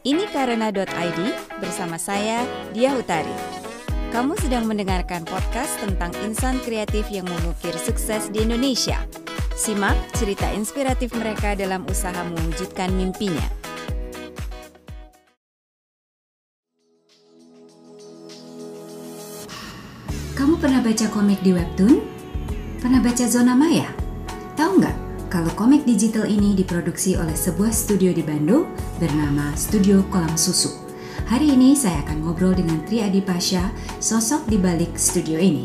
Ini Karena.id bersama saya, Dia Utari. Kamu sedang mendengarkan podcast tentang insan kreatif yang mengukir sukses di Indonesia. Simak cerita inspiratif mereka dalam usaha mewujudkan mimpinya. Kamu pernah baca komik di Webtoon? Pernah baca Zona Maya? Tahu nggak kalau komik digital ini diproduksi oleh sebuah studio di Bandung bernama Studio Kolam Susu? Hari ini saya akan ngobrol dengan Tri Adipasya, sosok di balik studio ini.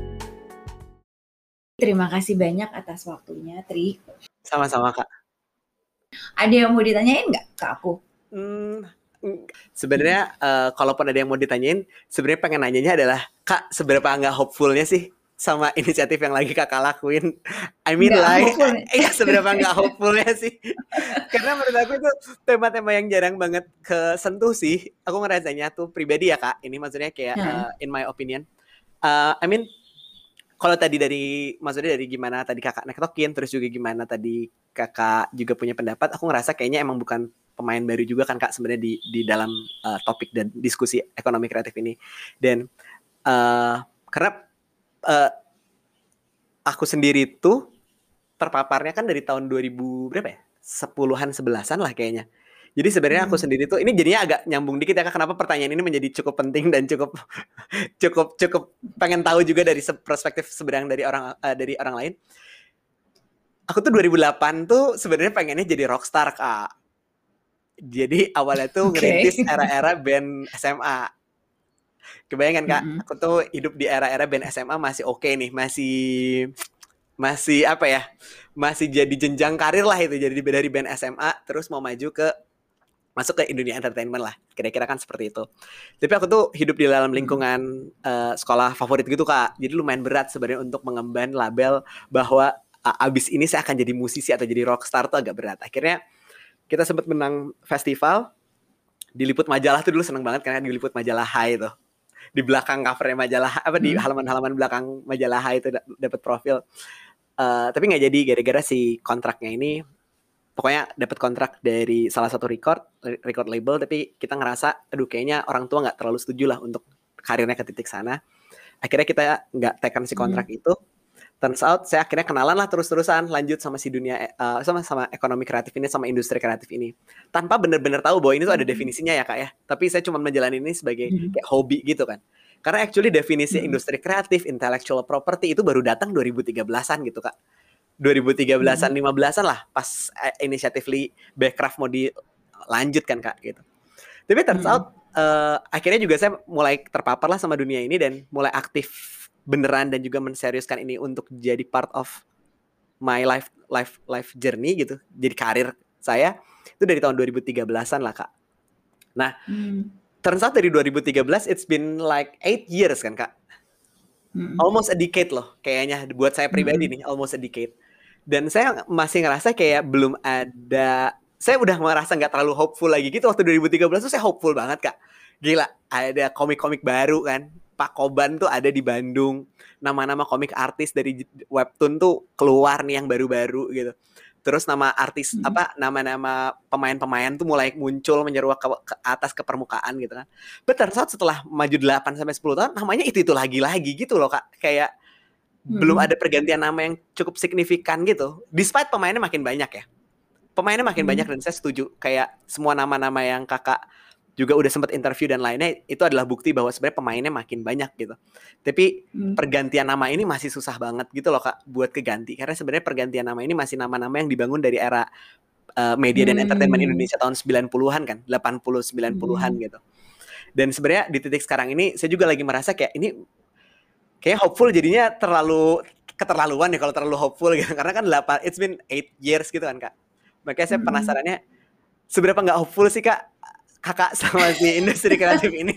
Terima kasih banyak atas waktunya, Tri. Sama-sama, Kak. Ada yang mau ditanyain nggak ke aku? Sebenarnya kalaupun ada yang mau ditanyain, sebenarnya pengen nanyanya adalah, Kak, seberapa nggak hopefulnya sih sama inisiatif yang lagi Kakak lakuin? I mean, seberapa nggak hopefulnya sih? Karena menurut aku itu tema-tema yang jarang banget kesentuh sih. Aku ngerasanya tuh pribadi ya, Kak. Ini maksudnya kayak in my opinion. I mean, kalau tadi maksudnya dari gimana tadi Kakak nektokin, terus juga gimana tadi Kakak juga punya pendapat, aku ngerasa kayaknya emang bukan pemain baru juga kan Kak sebenarnya di dalam topik dan diskusi ekonomi kreatif ini. Dan karena aku sendiri tuh terpaparnya kan dari tahun 2000 berapa ya? 10-an 11-an lah kayaknya. Jadi sebenarnya aku sendiri tuh ini jadinya agak nyambung dikit ya Kak, kenapa pertanyaan ini menjadi cukup penting dan cukup pengen tahu juga dari perspektif seberang dari orang lain. Aku tuh 2008 tuh sebenarnya pengennya jadi rockstar, Kak. Jadi awalnya tuh ngerintis era-era band SMA. Kebayangkan Kak, aku tuh hidup di era-era band SMA masih oke nih, masih apa ya? Masih jadi jenjang karir lah itu, jadi dari band SMA terus mau masuk ke Indonesia Entertainment lah, kira-kira kan seperti itu. Tapi aku tuh hidup di dalam lingkungan sekolah favorit gitu Kak, jadi lumayan berat sebenarnya untuk mengemban label bahwa abis ini saya akan jadi musisi atau jadi rockstar tuh agak berat. Akhirnya kita sempat menang festival, diliput majalah tuh dulu seneng banget karena diliput majalah Hai tuh. Di belakang covernya majalah, di halaman-halaman belakang majalah Hai itu dapat profil. Tapi nggak jadi gara-gara si kontraknya ini. Pokoknya dapat kontrak dari salah satu record label, tapi kita ngerasa, aduh kayaknya orang tua nggak terlalu setuju lah untuk karirnya ke titik sana. Akhirnya kita nggak tekan si kontrak itu. Turns out saya akhirnya kenalan lah terus-terusan lanjut sama si dunia sama ekonomi kreatif ini, sama industri kreatif ini, tanpa benar-benar tahu bahwa ini tuh ada definisinya ya Kak ya. Tapi saya cuma menjalani ini sebagai kayak hobi gitu kan. Karena actually definisi industri kreatif, intellectual property itu baru datang 2013-an gitu Kak. 2013-an, 15-an lah pas initiatively Backcraft mau dilanjut kan Kak gitu. Tapi turns out akhirnya juga saya mulai terpapar lah sama dunia ini dan mulai aktif beneran dan juga menseriuskan ini untuk jadi part of my life journey gitu. Jadi karir saya itu dari tahun 2013-an lah Kak. Nah, turns out dari 2013 it's been like 8 years kan Kak. Almost a decade loh kayaknya buat saya pribadi nih, almost a decade. Dan saya masih ngerasa kayak belum ada, saya udah merasa nggak terlalu hopeful lagi gitu. Waktu 2013 tuh saya hopeful banget Kak. Gila, ada komik-komik baru kan. Pak Koban tuh ada di Bandung. Nama-nama komik artis dari Webtoon tuh keluar nih yang baru-baru gitu. Terus nama artis nama-nama pemain-pemain tuh mulai muncul menyeruak ke atas ke permukaan gitu kan. But turns out setelah maju 8 sampai 10 tahun namanya itu lagi gitu loh Kak. Kayak belum ada pergantian nama yang cukup signifikan gitu. Despite pemainnya makin banyak ya. Pemainnya makin banyak dan saya setuju. Kayak semua nama-nama yang Kakak juga udah sempat interview dan lainnya, itu adalah bukti bahwa sebenarnya pemainnya makin banyak gitu. Tapi pergantian nama ini masih susah banget gitu loh Kak buat keganti. Karena sebenarnya pergantian nama ini masih nama-nama yang dibangun dari era media dan entertainment Indonesia tahun 90-an kan, 80 90-an gitu. Dan sebenarnya di titik sekarang ini saya juga lagi merasa kayak ini kayak hopeful jadinya keterlaluan ya kalau terlalu hopeful gitu. Karena kan it's been 8 years gitu kan Kak. Makanya saya penasarannya seberapa nggak hopeful sih Kak Kakak sama si industri kreatif ini?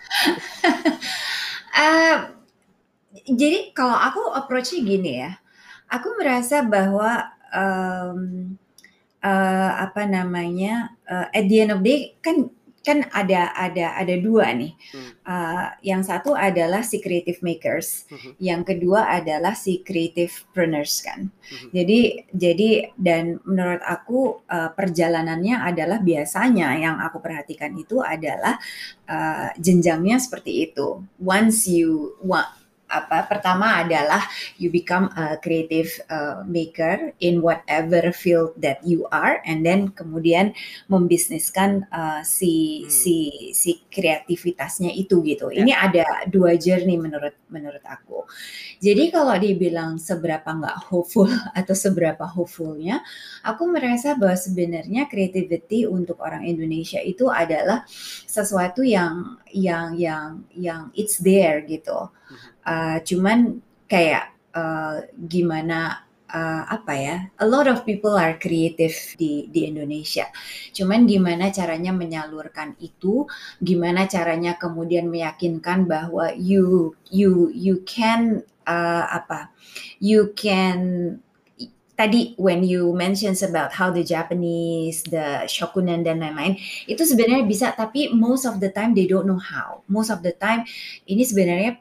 Jadi kalau aku approach-nya gini ya, aku merasa bahwa at the end of the day kan kan ada dua nih. Yang satu adalah si creative makers, yang kedua adalah si creativepreneurs kan. Jadi dan menurut aku perjalanannya adalah biasanya yang aku perhatikan itu adalah jenjangnya seperti itu. Once you pertama adalah you become a creative maker in whatever field that you are, and then kemudian membisniskan si kreativitasnya itu gitu. Ini ada dua journey menurut aku. Jadi kalau dibilang seberapa nggak hopeful atau seberapa hopefulnya, aku merasa bahwa sebenarnya creativity untuk orang Indonesia itu adalah sesuatu yang it's there gitu. Cuman kayak gimana a lot of people are creative di Indonesia. Cuman gimana caranya menyalurkan itu, gimana caranya kemudian meyakinkan bahwa you can you can tadi when you mentions about how the Japanese, the shokunen dan lain-lain, itu sebenarnya bisa, tapi most of the time they don't know how. Most of the time ini sebenarnya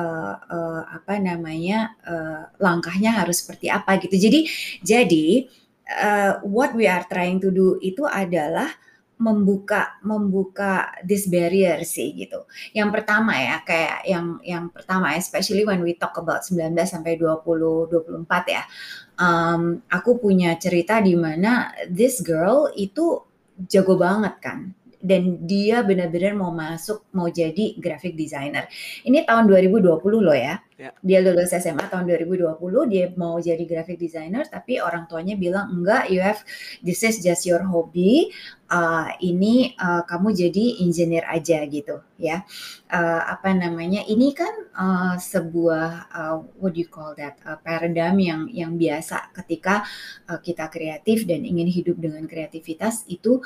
langkahnya harus seperti apa gitu. Jadi what we are trying to do itu adalah membuka this barrier sih gitu. Yang pertama ya, kayak yang pertama, especially when we talk about 19 sampai 24 ya. Aku punya cerita di mana this girl itu jago banget kan. Dan dia benar-benar mau jadi graphic designer. Ini tahun 2020 loh ya. Dia lulus SMA tahun 2020, dia mau jadi graphic designer, tapi orang tuanya bilang enggak, this is just your hobby. Ini kamu jadi engineer aja gitu ya. Ini kan sebuah what do you call that, paradigm yang biasa ketika kita kreatif dan ingin hidup dengan kreativitas itu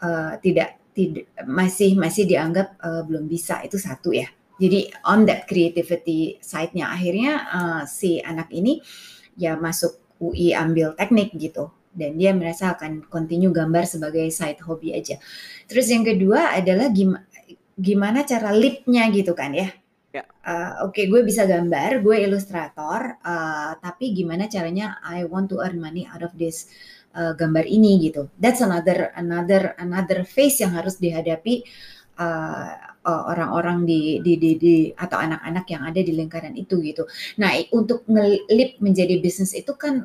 masih dianggap belum bisa. Itu satu ya. Jadi on that creativity side-nya akhirnya si anak ini ya masuk UI ambil teknik gitu, dan dia merasa akan continue gambar sebagai side hobby aja. Terus yang kedua adalah gimana cara leap-nya gitu kan ya. Oke, gue bisa gambar, gue ilustrator, tapi gimana caranya I want to earn money out of this gambar ini gitu. That's another phase yang harus dihadapi orang-orang di atau anak-anak yang ada di lingkaran itu gitu. Nah, untuk nge-leap menjadi bisnis itu kan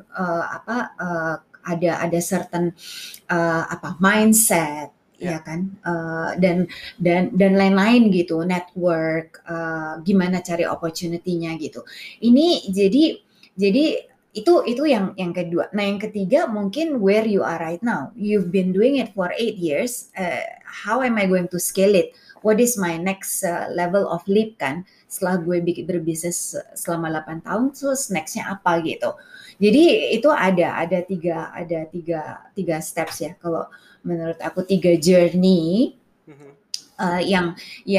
ada certain mindset ya kan, dan lain-lain gitu, network, gimana cari opportunity-nya gitu. Ini jadi itu yang kedua. Nah, yang ketiga mungkin where you are right now. You've been doing it for 8 years. How am I going to scale it? What is my next level of leap kan? Setelah gue berbisnis selama 8 tahun, terus next-nya apa gitu. Jadi itu ada tiga steps ya. Kalau menurut aku 3 journey yang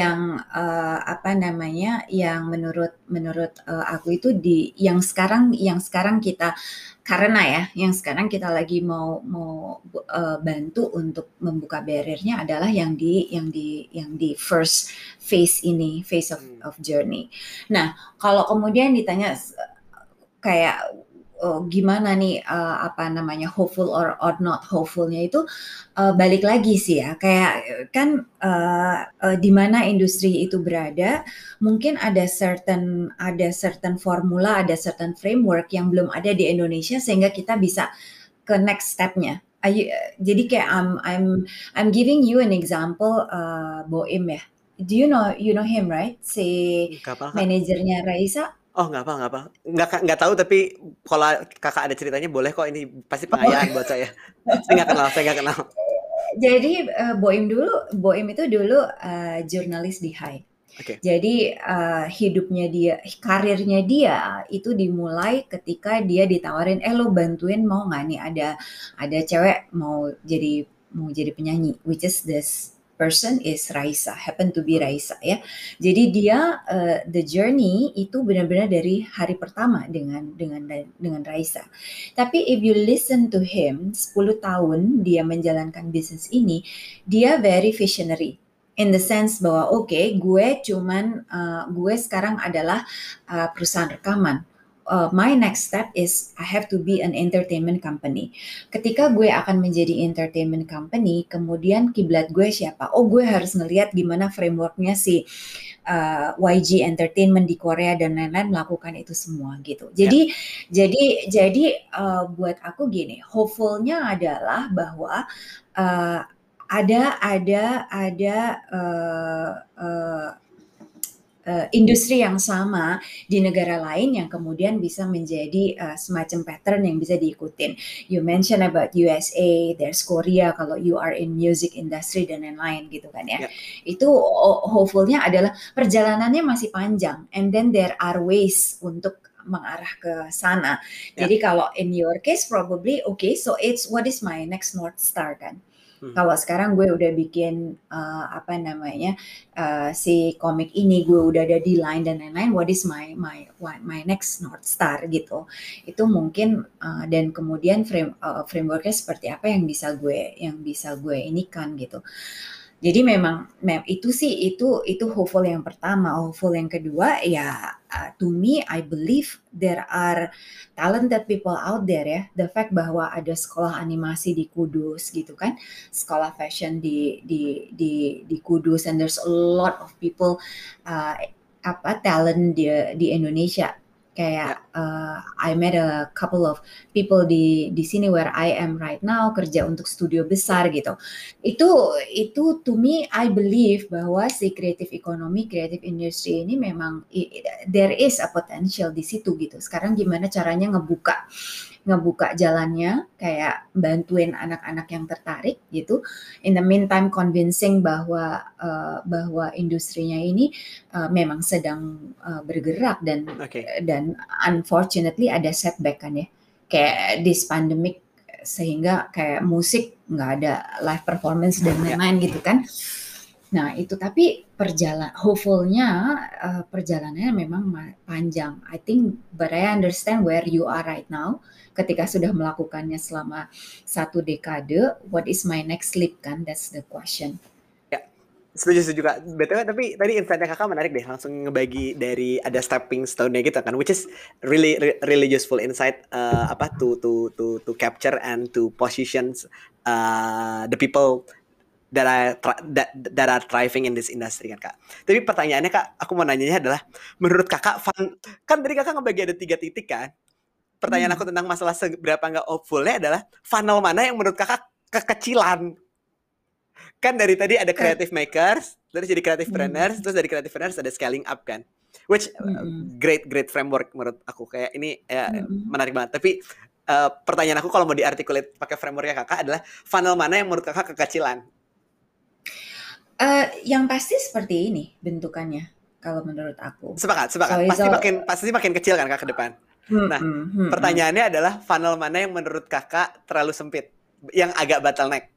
menurut aku itu yang sekarang kita, karena ya yang sekarang kita lagi mau bantu untuk membuka barriernya adalah yang di first phase ini, phase of journey. Nah, kalau kemudian ditanya kayak gimana nih hopeful or not hopefulnya itu balik lagi sih ya, kayak kan di mana industri itu berada, mungkin ada certain formula, ada certain framework yang belum ada di Indonesia sehingga kita bisa ke next step-nya. Jadi kayak I'm giving you an example, Boim ya. Do you know him, right? Si manajernya Raisa. Oh, nggak apa. Nggak tahu, tapi kalau kakak ada ceritanya boleh kok, ini pasti pengayaan buat saya. Saya nggak kenal. Jadi Boim itu dulu jurnalis di HAI. Okay. Jadi karirnya dia itu dimulai ketika dia ditawarin, lo bantuin mau nggak nih, ada cewek mau jadi penyanyi, which is this person is Raisa, happen to be Raisa ya. Jadi dia the journey itu benar-benar dari hari pertama dengan Raisa. Tapi if you listen to him, 10 tahun dia menjalankan bisnis ini, dia very visionary. in the sense bahwa gue sekarang adalah perusahaan rekaman. My next step is I have to be an entertainment company. Ketika gue akan menjadi entertainment company, kemudian kiblat gue siapa? Oh, gue harus ngelihat gimana frameworknya si YG Entertainment di Korea dan lain-lain melakukan itu semua gitu. Jadi buat aku gini, hopeful-nya adalah bahwa uh, ada industri yang sama di negara lain yang kemudian bisa menjadi semacam pattern yang bisa diikutin. You mention about USA, there's Korea kalau you are in music industry dan lain-lain gitu kan ya. Itu hopefulnya adalah perjalanannya masih panjang, and then there are ways untuk mengarah ke sana. Jadi kalau in your case probably okay, so it's what is my next North Star kan. Kalau sekarang gue udah bikin si komik ini, gue udah ada di line dan lain-lain, what is my next North Star gitu. Itu mungkin dan kemudian frameworknya seperti apa yang bisa gue inikan gitu. Jadi memang itu sih itu hopeful yang pertama. Hopeful yang kedua ya to me I believe there are talented people out there ya. The fact bahwa ada sekolah animasi di Kudus gitu kan, sekolah fashion di Kudus, and there's a lot of people talent di Indonesia. Kayak I met a couple of people di sini where I am right now, kerja untuk studio besar gitu. Itu to me I believe bahwa si creative economy, creative industry ini memang there is a potential di situ gitu. Sekarang gimana caranya ngebuka jalannya, kayak bantuin anak-anak yang tertarik gitu. In the meantime convincing bahwa industrinya ini memang sedang bergerak dan unfortunately ada setback kan ya. Kayak this pandemic sehingga kayak musik nggak ada live performance dan lain-lain gitu kan. Nah itu tapi hopefulnya perjalanannya memang panjang. I think, but I understand where you are right now. Ketika sudah melakukannya selama 1 dekade, what is my next leap kan? That's the question. Ya, setuju Kak. BTW tapi tadi insight-nya Kakak menarik deh, langsung ngebagi dari ada stepping stone-nya gitu kan, which is really useful insight to capture and to positions the people that are thriving in this industry kan Kak. Tapi pertanyaannya Kak, aku mau nanyanya adalah menurut Kakak kan tadi Kakak ngebagi ada 3 titik kan. Pertanyaan aku tentang masalah seberapa nggak hopefulnya adalah funnel mana yang menurut Kakak kekecilan. Kan dari tadi ada creative makers, terus jadi creative trainers, terus dari creative trainers ada scaling up kan. Which great framework menurut aku. Kayak ini menarik banget. Tapi pertanyaan aku kalau mau diartikulate pakai frameworknya Kakak adalah funnel mana yang menurut Kakak kekecilan? Yang pasti seperti ini bentukannya kalau menurut aku. Sepakat. Pasti makin kecil kan Kak ke depan. Nah, pertanyaannya adalah funnel mana yang menurut Kakak terlalu sempit, yang agak bottleneck?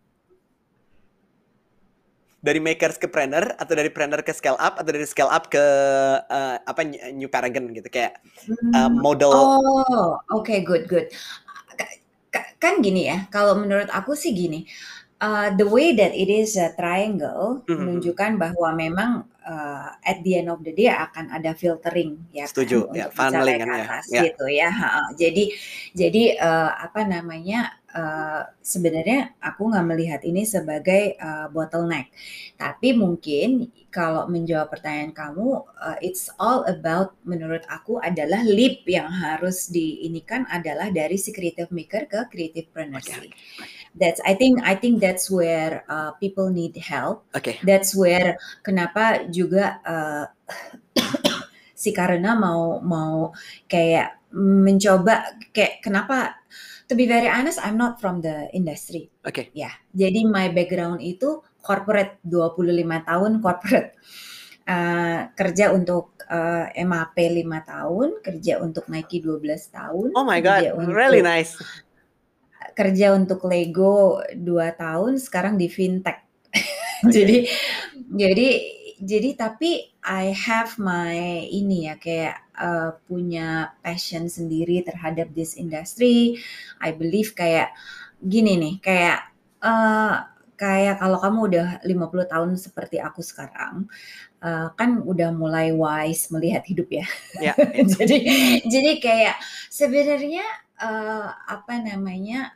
Dari makers ke trainer, atau dari trainer ke scale up, atau dari scale up ke new paragon gitu, kayak model. Oh, okay, good. Kan gini ya, kalau menurut aku sih gini. The way that it is a triangle menunjukkan bahwa memang at the end of the day akan ada filtering ya. Setuju, kan, ya, untuk mencapai ke atas gitu ya. Jadi sebenarnya aku nggak melihat ini sebagai bottleneck. Tapi mungkin kalau menjawab pertanyaan kamu, it's all about menurut aku adalah leap yang harus diinikan adalah dari si creative maker ke creative preneur. I think that's where people need help. That's where kenapa juga si Karena mau kayak mencoba, kayak kenapa, to be very honest, I'm not from the industry. Ya, jadi my background itu corporate, 25 tahun corporate. Kerja untuk MAP 5 tahun, kerja untuk Nike 12 tahun. Oh my god, really nice. Kerja untuk Lego 2 tahun, sekarang di fintech. Jadi tapi I have my ini ya, kayak punya passion sendiri terhadap this industry. I believe kayak gini nih, kayak kayak kalau kamu udah 50 tahun seperti aku sekarang, kan udah mulai wise melihat hidup ya. Ya, ya. Jadi kayak sebenarnya, apa namanya,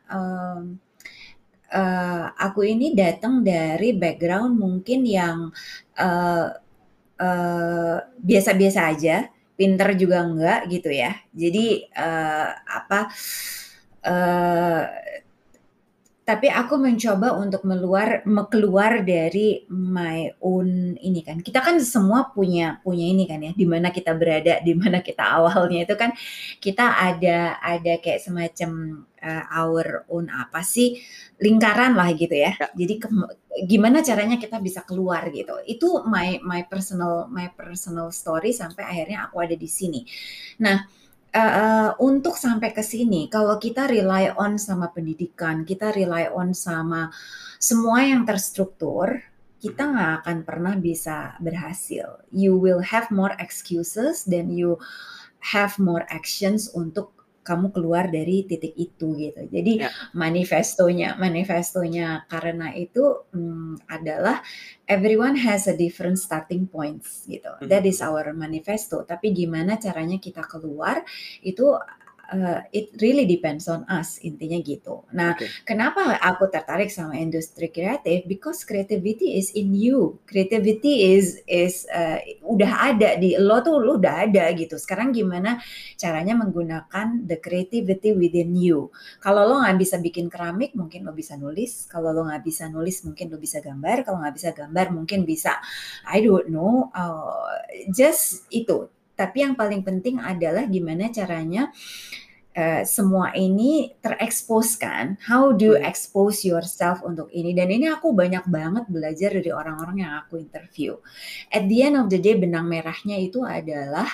aku ini datang dari background mungkin yang, eee biasa-biasa aja, pinter juga enggak gitu ya. Mhm. Jadi, apa, eee tapi aku mencoba untuk keluar dari my own ini kan. Kita kan semua punya punya ini kan ya, di mana kita berada, di mana kita awalnya itu kan kita ada kayak semacam, our own apa sih, lingkaran lah gitu ya. Ya, Jadi gimana caranya kita bisa keluar gitu. Itu my personal story sampai akhirnya aku ada di sini. Nah, untuk sampai ke sini, kalau kita rely on sama pendidikan, kita rely on sama semua yang terstruktur, kita mhm. nggak akan pernah bisa berhasil. You will have more excuses dan you have more actions untuk kamu keluar dari titik itu gitu. Jadi Ya, manifestonya karena itu, adalah everyone has a different starting points gitu. mhm, That is mhm. our manifesto. Tapi gimana caranya kita keluar itu, it really depends on us, intinya gitu. Nah, Oke. kenapa aku tertarik sama industri kreatif? Because creativity is in you. Creativity udah ada di lo tuh, lo udah ada gitu. Sekarang gimana caranya menggunakan the creativity within you. Kalau lo nggak bisa bikin keramik, mungkin lo bisa nulis. Kalau lo nggak bisa nulis, mungkin lo bisa gambar. Kalau nggak bisa gambar, mungkin bisa, I don't know, just itu. Tapi yang paling penting adalah gimana caranya semua ini terekspos kan. How do you Mhm. expose yourself untuk ini? Dan ini aku banyak banget belajar dari orang-orang yang aku interview. At the end of the day, benang merahnya itu adalah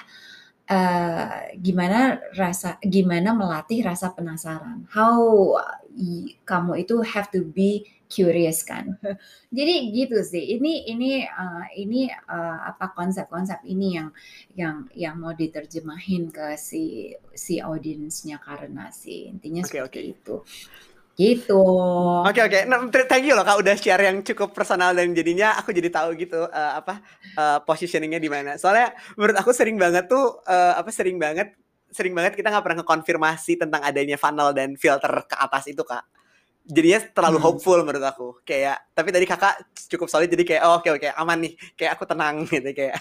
gimana melatih rasa penasaran. How kamu itu have to be curious kan. Jadi gitu sih. Ini apa konsep-konsep ini yang mau diterjemahin ke si audiensnya karena sih intinya Oke, seperti oke. itu. Gitu. Oke, oke. Nah, thank you loh Kak udah share yang cukup personal dan jadinya aku jadi tahu gitu, positioning-nya di mana. Soalnya menurut aku sering banget kita nggak pernah ngekonfirmasi tentang adanya funnel dan filter ke atas itu, Kak. Jadinya terlalu Hmm. hopeful menurut aku. Kayak tapi tadi Kakak cukup solid jadi kayak, "Oh, oke, oke, aman nih." Kayak aku tenang gitu kayak.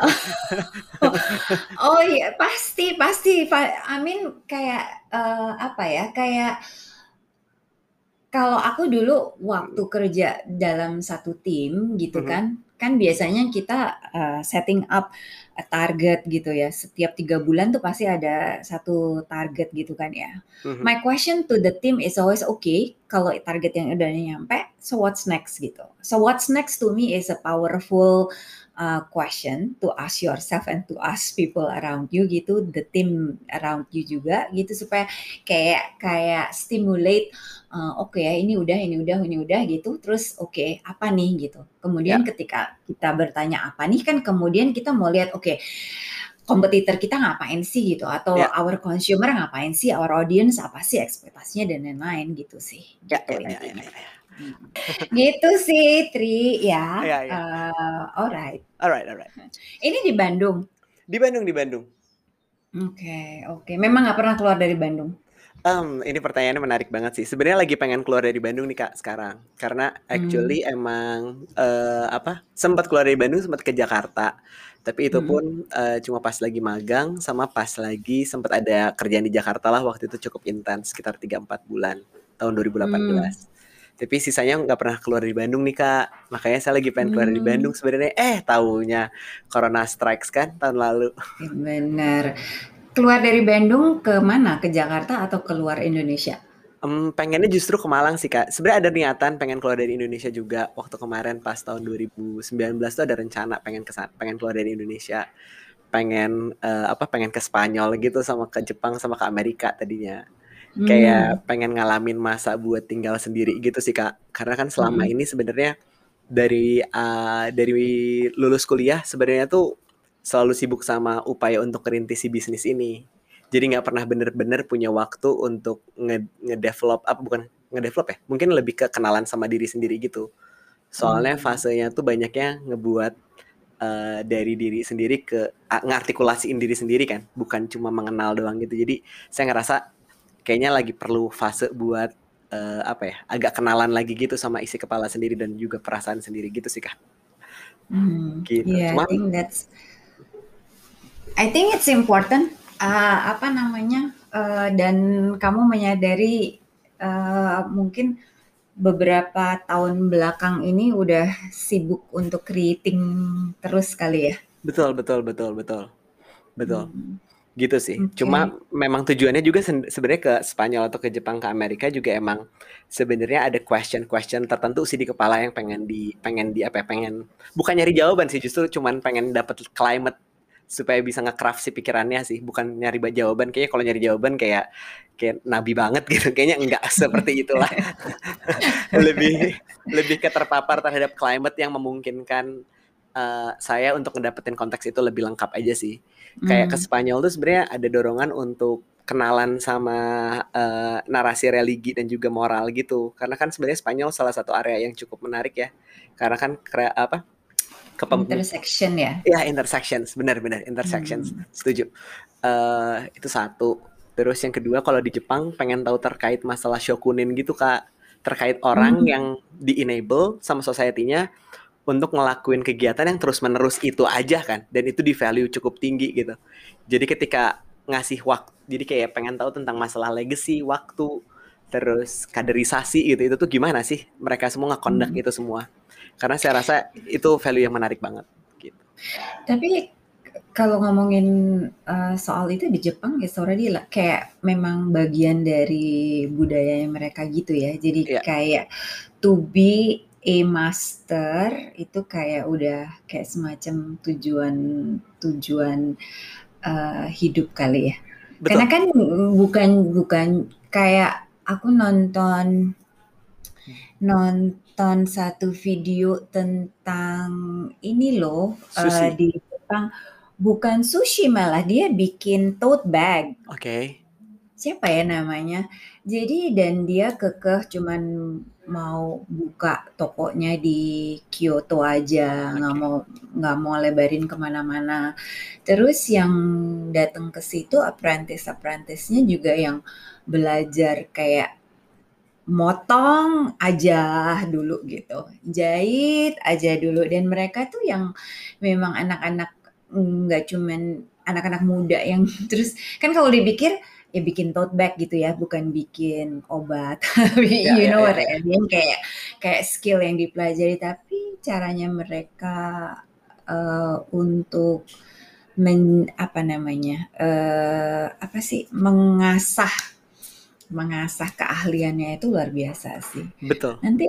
Oh iya, pasti pasti. I mean kayak apa ya? Kayak kalau aku dulu waktu Mhm, kerja dalam satu tim gitu mhm, kan, kan biasanya kita, setting up a target gitu ya, setiap 3 bulan tuh pasti ada satu target gitu kan ya. mhm. My question to the team is always, "Okay, kalau target yang udah nyampe, so what's next?" Gitu. So what's next to me is a powerful, question to ask yourself and to ask people around you gitu, the team around you juga gitu, supaya kayak kayak stimulate. Oke ya ini udah gitu, terus oke apa nih gitu. Kemudian Ya, ketika kita bertanya apa nih kan kemudian kita mau lihat oke, kompetitor kita ngapain sih gitu atau ya, our consumer ngapain sih, our audience apa sih ekspektasinya dan lain-lain gitu sih, ya, gitu ya, ya, ya, intinya. ya. Mhm. Gitu sih Tri ya, Iya, iya. alright. Alright, alright. Ini di Bandung? Di Bandung, di Bandung. Oke oke, memang nggak pernah keluar dari Bandung? Ini pertanyaannya menarik banget sih. Sebenarnya lagi pengen keluar dari Bandung nih Kak sekarang. Karena Mmm, actually emang sempat keluar dari Bandung, sempat ke Jakarta. Tapi itu mhm, pun cuma pas lagi magang sama pas lagi sempat ada kerjaan di Jakarta lah waktu itu cukup intens sekitar 3-4 bulan tahun mmm, 2018. Tapi sisanya nggak pernah keluar dari Bandung nih Kak. Makanya saya lagi pengen keluar dari Bandung mmm, sebenarnya. Taunya Corona strikes kan tahun lalu. bener. Keluar dari Bandung ke mana? Ke Jakarta atau keluar Indonesia? Pengennya justru ke Malang sih, Kak. Sebenarnya ada niatan pengen keluar dari Indonesia juga. Waktu kemarin pas tahun 2019 tuh ada rencana pengen keluar dari Indonesia. Pengen ke Spanyol gitu sama ke Jepang sama ke Amerika tadinya. Hmm, Kayak pengen ngalamin masa buat tinggal sendiri gitu sih, Kak. Karena kan selama mhm, ini sebenarnya dari lulus kuliah sebenarnya tuh selalu sibuk sama upaya untuk merintis si bisnis ini. Jadi nggak pernah bener-bener punya waktu untuk ngedevelop apa bukan ngedevelop ya. Mungkin lebih ke kenalan sama diri sendiri gitu. Soalnya fasenya tuh banyaknya ngebuat dari diri sendiri ke ngartikulasiin diri sendiri kan, bukan cuma mengenal doang gitu. Jadi saya ngerasa kayaknya lagi perlu fase buat apa ya, agak kenalan lagi gitu sama isi kepala sendiri dan juga perasaan sendiri gitu sih Kak. Gitu. Yeah, Cuman I think it's important. Apa namanya? Dan kamu menyadari mungkin beberapa tahun belakang ini udah sibuk untuk creating terus kali ya. betul betul betul betul betul. Gitu sih. Cuma Okay. memang tujuannya juga sebenarnya ke Spanyol atau ke Jepang ke Amerika juga emang sebenarnya ada question-question tertentu sih di kepala yang pengen di apa ya, pengen bukan nyari jawaban sih, justru cuman pengen dapet climate supaya bisa nge-craft si pikirannya sih, bukan nyari jawaban. Kayaknya kalau nyari jawaban kayak kayak nabi banget gitu. Kayaknya enggak seperti itulah. lebih lebih ke terpapar terhadap climate yang memungkinkan saya untuk ngedapetin konteks itu lebih lengkap aja sih. Kayak ke Spanyol tuh sebenarnya ada dorongan untuk kenalan sama narasi religi dan juga moral gitu. Karena kan sebenarnya Spanyol salah satu area yang cukup menarik ya. Karena kan Intersection ya. ya intersections, benar-benar intersections, setuju. Itu satu. Terus yang kedua kalau di Jepang pengen tahu terkait masalah shokunin gitu Kak, terkait orang yang di-enable sama society-nya untuk ngelakuin kegiatan yang terus-menerus itu aja kan, dan itu di value cukup tinggi gitu. Jadi ketika ngasih waktu, jadi kayak pengen tahu tentang masalah legacy, waktu, terus kaderisasi gitu, itu tuh gimana sih mereka semua nge-conduct itu semua. Karena saya rasa itu value yang menarik banget gitu. Tapi kalau ngomongin soal itu di Jepang ya already kayak memang bagian dari budaya mereka gitu ya. Jadi Iya, kayak to be a master itu kayak udah kayak semacam tujuan hidup kali ya. Karena betul. kan bukan kayak aku nonton satu video tentang ini loh Sushi. di Jepang, bukan sushi malah dia bikin tote bag. Oke. Siapa ya namanya? Jadi dan dia kekeh cuman mau buka tokonya di Kyoto aja, Oke. nggak mau lebarin kemana-mana. Terus yang datang ke situ apprentice-nya juga yang belajar kayak motong aja dulu gitu, jahit aja dulu, dan mereka tuh yang memang anak-anak, nggak cuman anak-anak muda yang terus kan kalau dipikir ya bikin tote bag gitu ya, bukan bikin obat. Ya, You ya, know ya, what ya. I mean? Kayak skill yang dipelajari, tapi caranya mereka untuk apa namanya, apa sih, mengasah keahliannya itu luar biasa sih. Betul. Nanti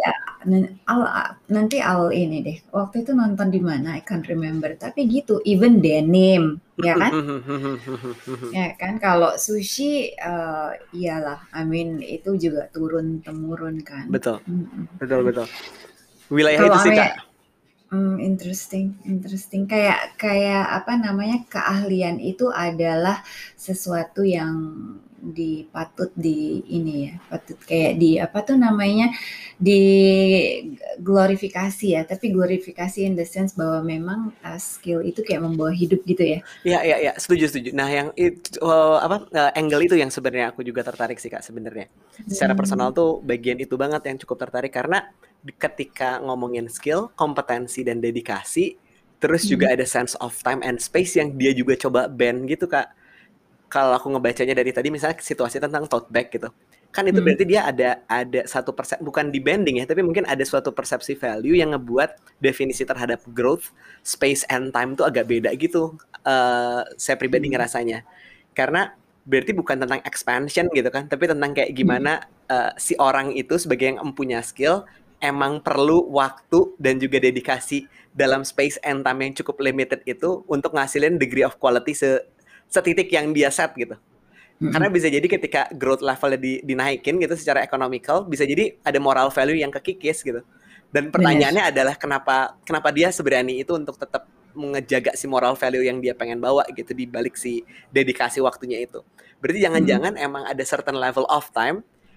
I'll ini deh. Waktu itu nonton di mana? I can't remember. Tapi gitu, even denim, ya kan? Ya kan? Kalau sushi, iyalah. I mean itu juga turun temurun kan. Betul. Betul, betul. Wilayah Kalau itu sih Kak. interesting. Kayak apa namanya, keahlian itu adalah sesuatu yang patut di ini ya, patut kayak di apa tuh namanya, di glorifikasi ya. Tapi glorifikasi in the sense bahwa memang skill itu kayak membawa hidup gitu ya. Iya, iya, iya, setuju, setuju. Nah, yang angle itu yang sebenarnya aku juga tertarik sih Kak sebenarnya. Secara personal tuh bagian itu banget yang cukup tertarik karena ketika ngomongin skill, kompetensi dan dedikasi, terus juga ada sense of time and space yang dia juga coba band gitu Kak. Kalau aku ngebacanya dari tadi misalnya situasi tentang tote bag gitu. Kan itu berarti dia ada satu persepsi, bukan di bending ya, tapi mungkin ada suatu persepsi value yang ngebuat definisi terhadap growth, space and time tuh agak beda gitu. Saya pribadi ngerasanya. Karena berarti bukan tentang expansion gitu kan, tapi tentang kayak gimana si orang itu sebagai yang mempunyai skill emang perlu waktu dan juga dedikasi dalam space and time yang cukup limited itu untuk ngasilin degree of quality setitik yang dia set gitu. Karena bisa jadi ketika growth levelnya dinaikin gitu secara economical, bisa jadi ada moral value yang kekikis gitu. Dan Benar. pertanyaannya adalah kenapa dia seberani itu untuk tetap mengejaga si moral value yang dia pengen bawa gitu di balik si dedikasi waktunya itu. Berarti jangan-jangan emang ada certain level of time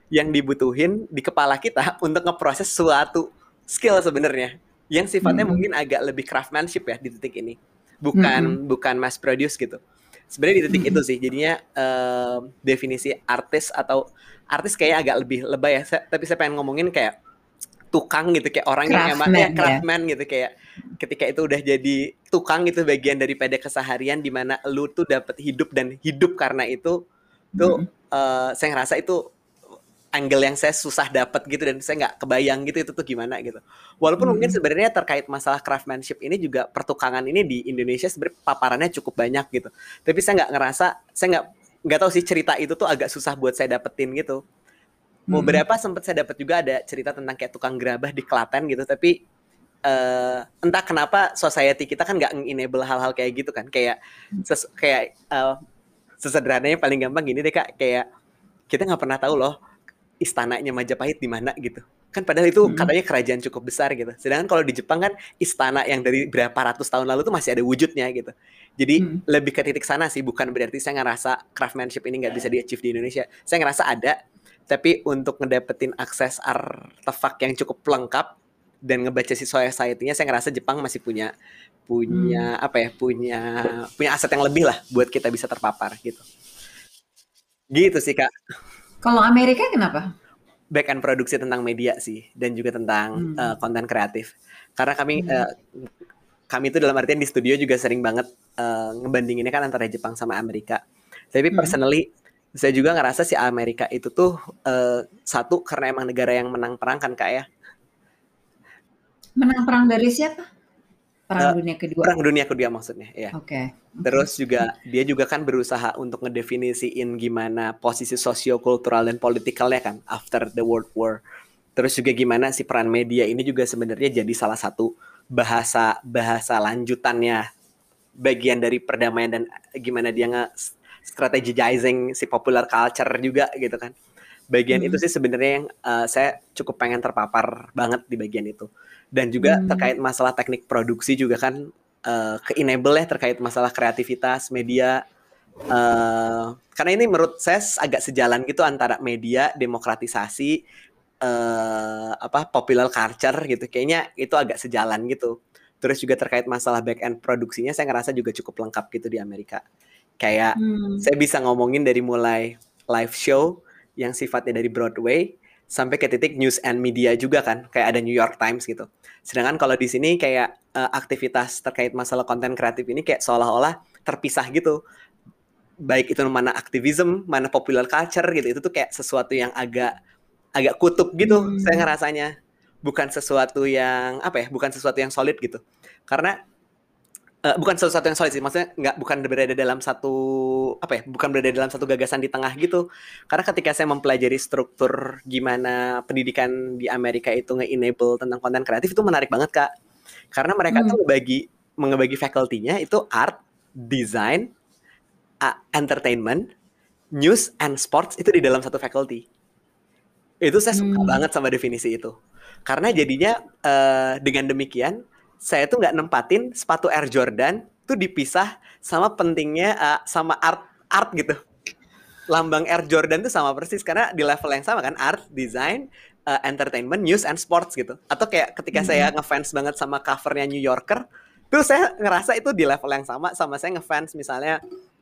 yang dibutuhin di kepala kita untuk ngeproses suatu skill sebenarnya yang sifatnya mungkin agak lebih craftsmanship ya di titik ini, bukan mass produce gitu. Sebenarnya di titik itu sih jadinya definisi artis atau artis kayaknya agak lebih lebay ya. Tapi saya pengen ngomongin kayak tukang gitu, kayak orang yang emang ya craftsman gitu, kayak ketika itu udah jadi tukang itu bagian daripada keseharian di mana lu tuh dapat hidup dan hidup karena itu tuh saya ngerasa itu angle yang saya susah dapat gitu dan saya nggak kebayang gitu itu tuh gimana gitu. Walaupun mungkin sebenarnya terkait masalah craftsmanship ini juga pertukangan ini di Indonesia sebenarnya paparannya cukup banyak gitu. Tapi saya nggak ngerasa, saya nggak tahu sih cerita itu tuh agak susah buat saya dapetin gitu. Beberapa sempat saya dapat juga ada cerita tentang kayak tukang gerabah di Klaten gitu, tapi entah kenapa society kita kan nggak enable hal-hal kayak gitu kan, kayak sesederhananya paling gampang gini deh Kak, kayak kita nggak pernah tahu loh istananya Majapahit di mana gitu. Kan padahal itu katanya kerajaan cukup besar gitu. Sedangkan kalau di Jepang kan istana yang dari berapa ratus tahun lalu tuh masih ada wujudnya gitu. Jadi lebih ke titik sana sih, bukan berarti saya ngerasa craftsmanship ini nggak bisa di-achieve di Indonesia. Saya ngerasa ada, tapi untuk ngedapetin akses artefak yang cukup lengkap dan ngebaca si society-nya, saya ngerasa Jepang masih punya aset yang lebih lah buat kita bisa terpapar gitu. Gitu sih Kak. Kalau Amerika kenapa? Back end produksi tentang media sih, dan juga tentang konten kreatif. Karena kami itu dalam artian di studio juga sering banget ngebandinginnya kan antara Jepang sama Amerika. Tapi personally saya juga ngerasa si Amerika itu tuh satu karena emang negara yang menang perang kan Kak ya. Menang perang dari siapa? Perang Dunia Kedua. Perang Dunia Kedua maksudnya, ya. Oke. Terus juga dia juga kan berusaha untuk ngedefinisiin gimana posisi sosiokultural dan politikalnya kan after the World War. Terus juga gimana si peran media ini juga sebenarnya jadi salah satu bahasa lanjutannya, bagian dari perdamaian, dan gimana dia strategizing si popular culture juga gitu kan. Bagian itu sih sebenarnya yang saya cukup pengen terpapar banget di bagian itu. Dan juga terkait masalah teknik produksi juga kan ke-enable ya terkait masalah kreativitas media. Karena ini menurut saya agak sejalan gitu antara media, demokratisasi, popular culture gitu. Kayaknya itu agak sejalan gitu. Terus juga terkait masalah back end produksinya saya ngerasa juga cukup lengkap gitu di Amerika. Kayak saya bisa ngomongin dari mulai live show yang sifatnya dari Broadway sampai ke titik news and media juga kan, kayak ada New York Times gitu. Sedangkan kalau di sini kayak aktivitas terkait masalah konten kreatif ini kayak seolah-olah terpisah gitu. Baik itu mana aktivism, mana popular culture gitu, itu tuh kayak sesuatu yang agak kutub gitu saya ngerasanya. Bukan sesuatu yang bukan sesuatu yang solid gitu. Karena bukan sesuatu yang solid sih, maksudnya bukan berada dalam satu gagasan di tengah gitu. Karena ketika saya mempelajari struktur gimana pendidikan di Amerika itu nge-enable tentang konten kreatif, itu menarik banget Kak. Karena mereka tuh ngebagi faculty-nya itu art, design, entertainment, news and sports itu di dalam satu faculty. Itu saya suka banget sama definisi itu. Karena jadinya dengan demikian saya tuh nggak nempatin sepatu Air Jordan tuh dipisah sama pentingnya sama art gitu. Lambang Air Jordan tuh sama persis karena di level yang sama kan, art, design, entertainment, news and sports gitu. Atau kayak ketika saya ngefans banget sama covernya New Yorker, tuh saya ngerasa itu di level yang sama saya ngefans misalnya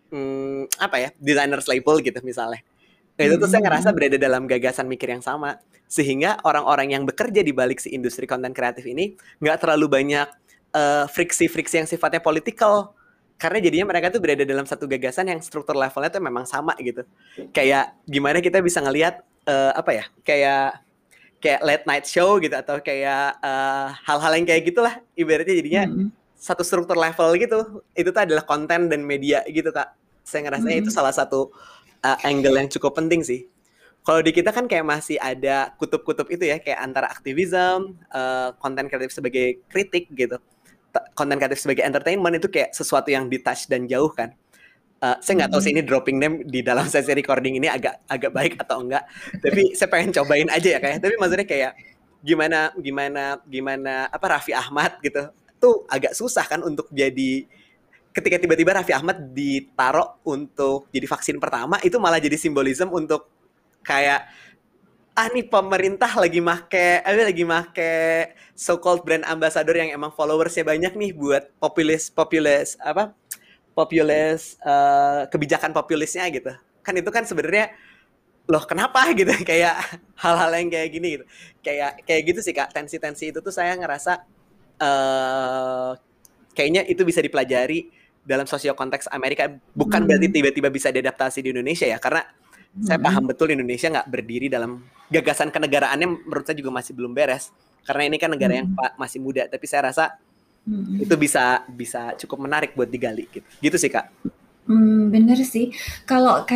designers label gitu misalnya. Itu tuh saya ngerasa berada dalam gagasan mikir yang sama. Sehingga orang-orang yang bekerja di balik si industri konten kreatif ini nggak terlalu banyak friksi-friksi yang sifatnya politikal. Karena jadinya mereka tuh berada dalam satu gagasan yang struktur levelnya tuh memang sama gitu. Kayak gimana kita bisa ngelihat kayak late night show gitu, atau kayak hal-hal yang kayak gitulah. Ibaratnya jadinya satu struktur level gitu. Itu tuh adalah konten dan media gitu Kak. Saya ngerasanya itu salah satu angle yang cukup penting sih. Kalau di kita kan kayak masih ada kutub-kutub itu ya, kayak antara aktivism, konten kreatif sebagai kritik gitu, konten kreatif sebagai entertainment itu kayak sesuatu yang detached dan jauh kan. Saya nggak tahu sih ini dropping name di dalam sesi recording ini agak baik atau enggak, tapi saya pengen cobain aja ya kayak. Tapi maksudnya kayak gimana Raffi Ahmad gitu, tuh agak susah kan untuk jadi. Ketika tiba-tiba Raffi Ahmad ditaruh untuk jadi vaksin pertama, itu malah jadi simbolisme untuk kayak nih pemerintah lagi make so-called brand ambassador yang emang followersnya banyak nih buat populis kebijakan populisnya gitu. Kan itu kan sebenarnya loh kenapa gitu kayak hal-hal yang kayak gini gitu. Kayak gitu sih Kak, tensi-tensi itu tuh saya ngerasa kayaknya itu bisa dipelajari dalam sosio konteks Amerika, bukan berarti tiba-tiba bisa diadaptasi di Indonesia ya, karena saya paham betul Indonesia nggak berdiri dalam gagasan kenegaraannya, menurut saya juga masih belum beres, karena ini kan negara yang masih muda, tapi saya rasa itu bisa cukup menarik buat digali gitu sih Kak. Bener sih. Kalau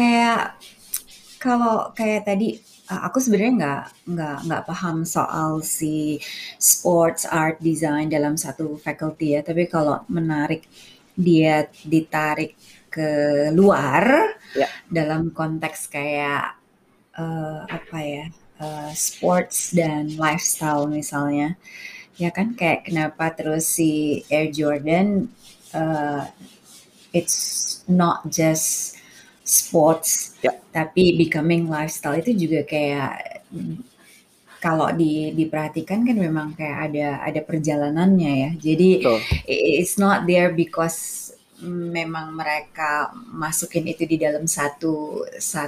kayak tadi aku sebenarnya nggak paham soal si sports art design dalam satu faculty ya. Tapi kalau dia ditarik ke luar dalam konteks kayak sports dan lifestyle misalnya, ya kan kayak kenapa terus si Air Jordan it's not just sports, tapi becoming lifestyle itu juga kayak kalau diperhatikan kan memang kayak ada perjalanannya ya. Jadi it's not there because memang mereka masukin itu di dalam satu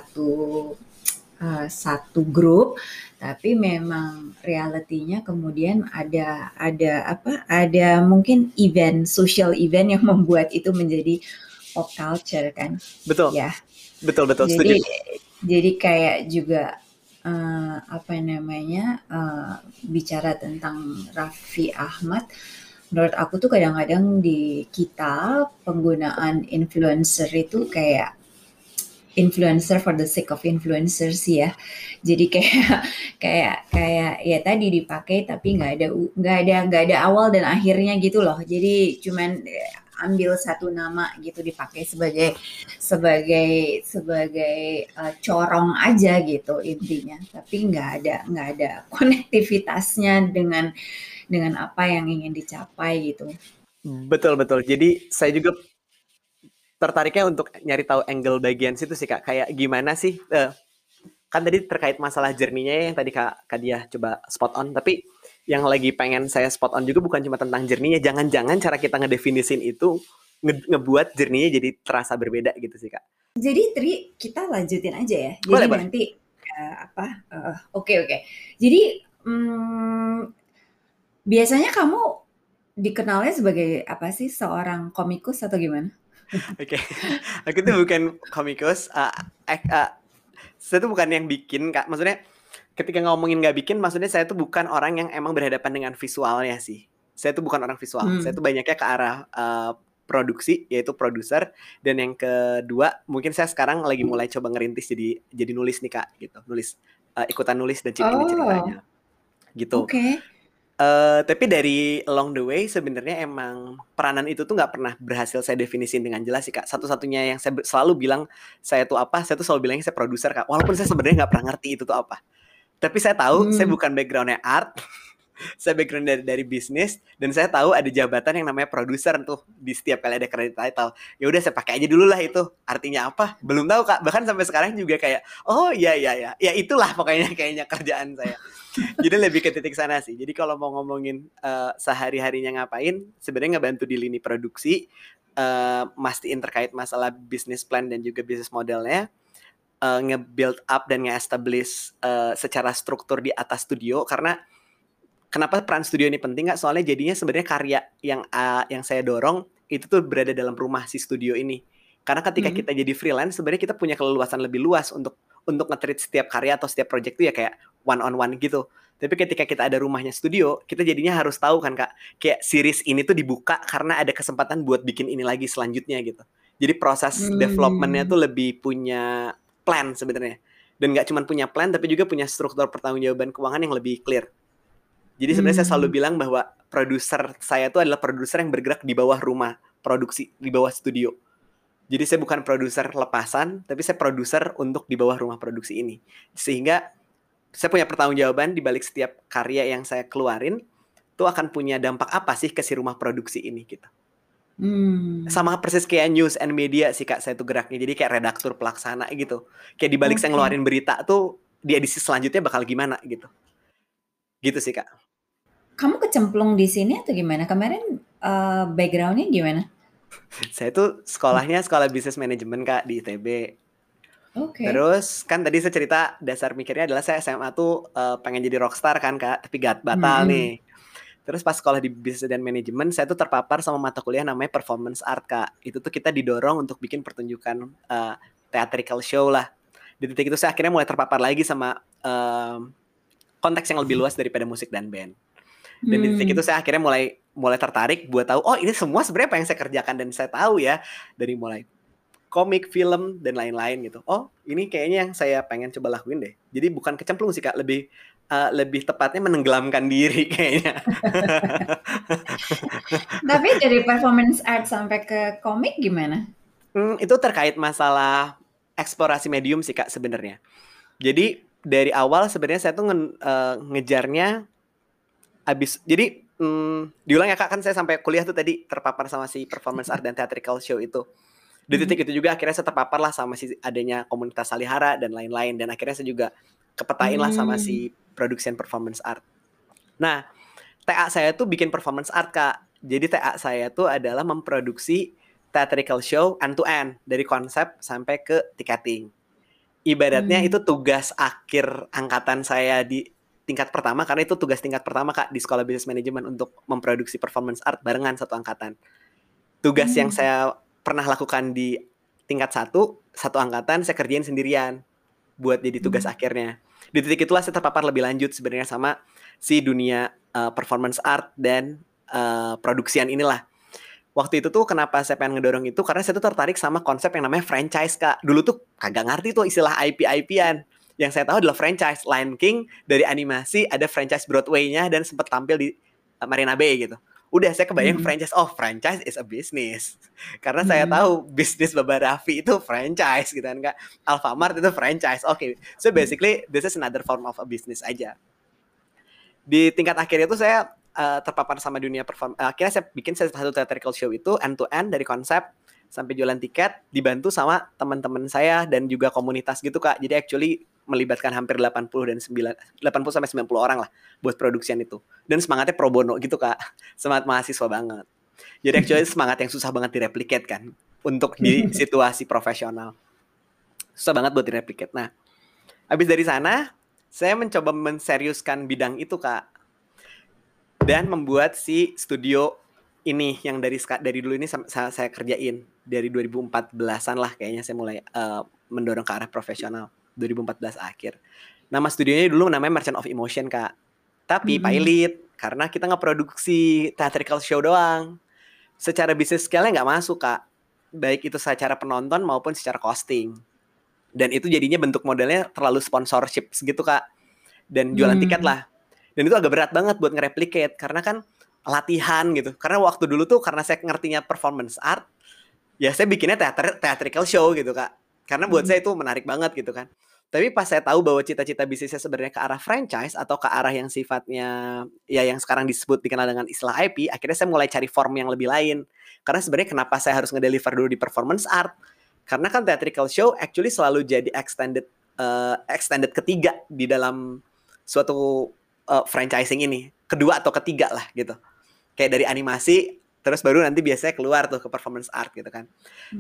grup, tapi memang realitinya kemudian ada mungkin social event yang membuat itu menjadi pop culture kan. Betul. Ya. Betul. Jadi kayak juga bicara tentang Raffi Ahmad, menurut aku tuh kadang-kadang di kita penggunaan influencer itu kayak influencer for the sake of influencers ya. Jadi kayak ya tadi dipakai tapi nggak ada awal dan akhirnya gitu loh. Jadi cuman ambil satu nama gitu dipakai sebagai corong aja gitu intinya. Tapi nggak ada konektivitasnya dengan apa yang ingin dicapai gitu. Betul. Jadi saya juga tertariknya untuk nyari tahu angle bagian situ sih Kak. Kayak gimana sih, kan tadi terkait masalah journey-nya yang tadi Kak Diah coba spot on, tapi yang lagi pengen saya spot on juga bukan cuma tentang journey-nya, jangan-jangan cara kita ngedefinisin itu ngebuat journey-nya jadi terasa berbeda gitu sih Kak. Jadi Tri, kita lanjutin aja ya. Jadi boleh. Nanti Oke. Jadi biasanya kamu dikenalnya sebagai apa sih, seorang komikus atau gimana? Oke. Aku tuh bukan komikus. Saya tuh bukan yang bikin Kak. Maksudnya ketika ngomongin nggak bikin, maksudnya saya tuh bukan orang yang emang berhadapan dengan visualnya sih. Saya tuh bukan orang visual. Saya tuh banyaknya ke arah produksi, yaitu produser. Dan yang kedua, mungkin saya sekarang lagi mulai coba ngerintis jadi nulis nih Kak, gitu. Ikutan nulis dan ceritanya. Gitu. Oke. Tapi dari along the way sebenarnya emang peranan itu tuh nggak pernah berhasil saya definisin dengan jelas sih Kak. Satu-satunya yang saya selalu bilang saya tuh selalu bilangnya saya produser Kak. Walaupun saya sebenarnya nggak pernah ngerti itu tuh apa. Tapi saya tahu saya bukan backgroundnya art. Saya background dari bisnis, dan saya tahu ada jabatan yang namanya produser tuh di setiap kali ada credit title. Ya udah saya pakai aja dulu lah itu. Artinya apa? Belum tahu Kak. Bahkan sampai sekarang juga kayak ya itulah pokoknya kayaknya kerjaan saya. Jadi lebih ke titik sana sih. Jadi kalau mau ngomongin sehari-harinya ngapain, sebenarnya ngebantu di lini produksi, mastiin terkait masalah business plan dan juga business modelnya, nge-build up dan nge-establish secara struktur di atas studio. Karena kenapa peran studio ini penting Kak? Soalnya jadinya sebenarnya karya yang saya dorong itu tuh berada dalam rumah si studio ini. Karena ketika kita jadi freelance, sebenarnya kita punya keleluasan lebih luas untuk nge-treat setiap karya atau setiap project itu ya kayak one on one gitu. Tapi ketika kita ada rumahnya studio, kita jadinya harus tahu kan Kak, kayak series ini tuh dibuka karena ada kesempatan buat bikin ini lagi selanjutnya gitu. Jadi proses development-nya tuh lebih punya plan sebenarnya. Dan nggak cuma punya plan, tapi juga punya struktur pertanggungjawaban keuangan yang lebih clear. Jadi sebenarnya saya selalu bilang bahwa produser saya tuh adalah produser yang bergerak di bawah rumah produksi, di bawah studio. Jadi saya bukan produser lepasan, tapi saya produser untuk di bawah rumah produksi ini. Sehingga saya punya pertanggungjawaban di balik setiap karya yang saya keluarin, itu akan punya dampak apa sih ke si rumah produksi ini gitu. Sama persis kayak news and media sih Kak, saya tuh geraknya. Jadi kayak redaktur pelaksana gitu. Kayak di balik saya ngeluarin berita tuh, di edisi selanjutnya bakal gimana gitu. Gitu sih Kak. Kamu kecemplung di sini atau gimana? Kemarin backgroundnya gimana? Saya tuh sekolahnya sekolah bisnis manajemen Kak di ITB. Oke. Terus kan tadi saya cerita dasar mikirnya adalah saya SMA tuh pengen jadi rockstar kan Kak, tapi batal Mm-mm. nih. Terus pas sekolah di bisnis dan manajemen, saya tuh terpapar sama mata kuliah namanya performance art Kak. Itu tuh kita didorong untuk bikin pertunjukan theatrical show lah. Di titik itu saya akhirnya mulai terpapar lagi sama konteks yang lebih luas daripada musik dan band. Dan di titik itu saya akhirnya mulai tertarik buat tahu, oh ini semua sebenarnya apa yang saya kerjakan dan saya tahu ya, dari mulai komik, film, dan lain-lain gitu. Oh, ini kayaknya yang saya pengen coba lakuin deh. Jadi bukan kecemplung sih Kak, lebih tepatnya menenggelamkan diri kayaknya. Tapi dari performance art sampai ke komik gimana? Itu terkait masalah eksplorasi medium sih Kak sebenarnya. Jadi dari awal sebenarnya saya tuh ngejarnya jadi diulang ya Kak, kan saya sampai kuliah tuh tadi terpapar sama si performance art dan theatrical show itu. Di titik itu juga akhirnya saya terpapar lah sama si adanya komunitas Salihara dan lain-lain, dan akhirnya saya juga kepetain lah sama si production performance art. Nah, TA saya tuh bikin performance art Kak. Jadi TA saya tuh adalah memproduksi theatrical show end to end dari konsep sampai ke ticketing. Ibaratnya itu tugas akhir angkatan saya di tingkat pertama, karena itu tugas tingkat pertama Kak di sekolah business management untuk memproduksi performance art barengan satu angkatan. Tugas yang saya pernah lakukan di tingkat satu angkatan saya kerjain sendirian buat jadi tugas akhirnya. Di titik itulah saya terpapar lebih lanjut sebenarnya sama si dunia performance art dan produksian inilah. Waktu itu tuh kenapa saya pengen ngedorong itu, karena saya tuh tertarik sama konsep yang namanya franchise Kak. Dulu tuh kagak ngerti tuh istilah IP-IP-an. Yang saya tahu adalah franchise. Lion King dari animasi ada franchise Broadway-nya dan sempat tampil di Marina Bay gitu. Udah saya kebayang franchise, oh franchise is a business. Karena saya tahu bisnis Baba Raffi itu franchise gitu kan Kak. Alfamart itu franchise. Oke. So basically this is another form of a business aja. Di tingkat akhirnya tuh saya terpapar sama dunia perform. Akhirnya saya bikin satu theatrical show itu end to end dari konsep sampai jualan tiket, dibantu sama teman-teman saya dan juga komunitas gitu Kak. Jadi actually melibatkan hampir 80 sampai 90 orang lah buat produksian itu. Dan semangatnya pro bono gitu Kak. Semangat mahasiswa banget. Jadi actually semangat yang susah banget direplicate kan untuk di situasi profesional. Susah banget buat direplicate. Nah, habis dari sana saya mencoba menseriuskan bidang itu Kak. Dan membuat si studio ini yang dari dulu ini saya kerjain dari 2014-an lah kayaknya saya mulai mendorong ke arah profesional. 2014 akhir. Nama studionya dulu namanya Merchant of Emotion Kak. Tapi pilot karena kita ngeproduksi theatrical show doang. Secara bisnis scale-nya nggak masuk Kak. Baik itu secara penonton maupun secara costing. Dan itu jadinya bentuk modelnya terlalu sponsorship segitu Kak. Dan jualan tiket lah. Dan itu agak berat banget buat nge-replicate karena kan latihan gitu. Karena waktu dulu tuh karena saya ngertinya performance art, ya saya bikinnya theatrical show gitu Kak. Karena buat saya itu menarik banget gitu kan. Tapi pas saya tahu bahwa cita-cita bisnisnya sebenarnya ke arah franchise atau ke arah yang sifatnya ya yang sekarang disebut dikenal dengan istilah IP, akhirnya saya mulai cari form yang lebih lain. Karena sebenarnya kenapa saya harus ngedeliver dulu di performance art? Karena kan theatrical show actually selalu jadi extended ketiga di dalam suatu franchising ini, kedua atau ketiga lah gitu. Kayak dari animasi terus baru nanti biasanya keluar tuh ke performance art gitu kan.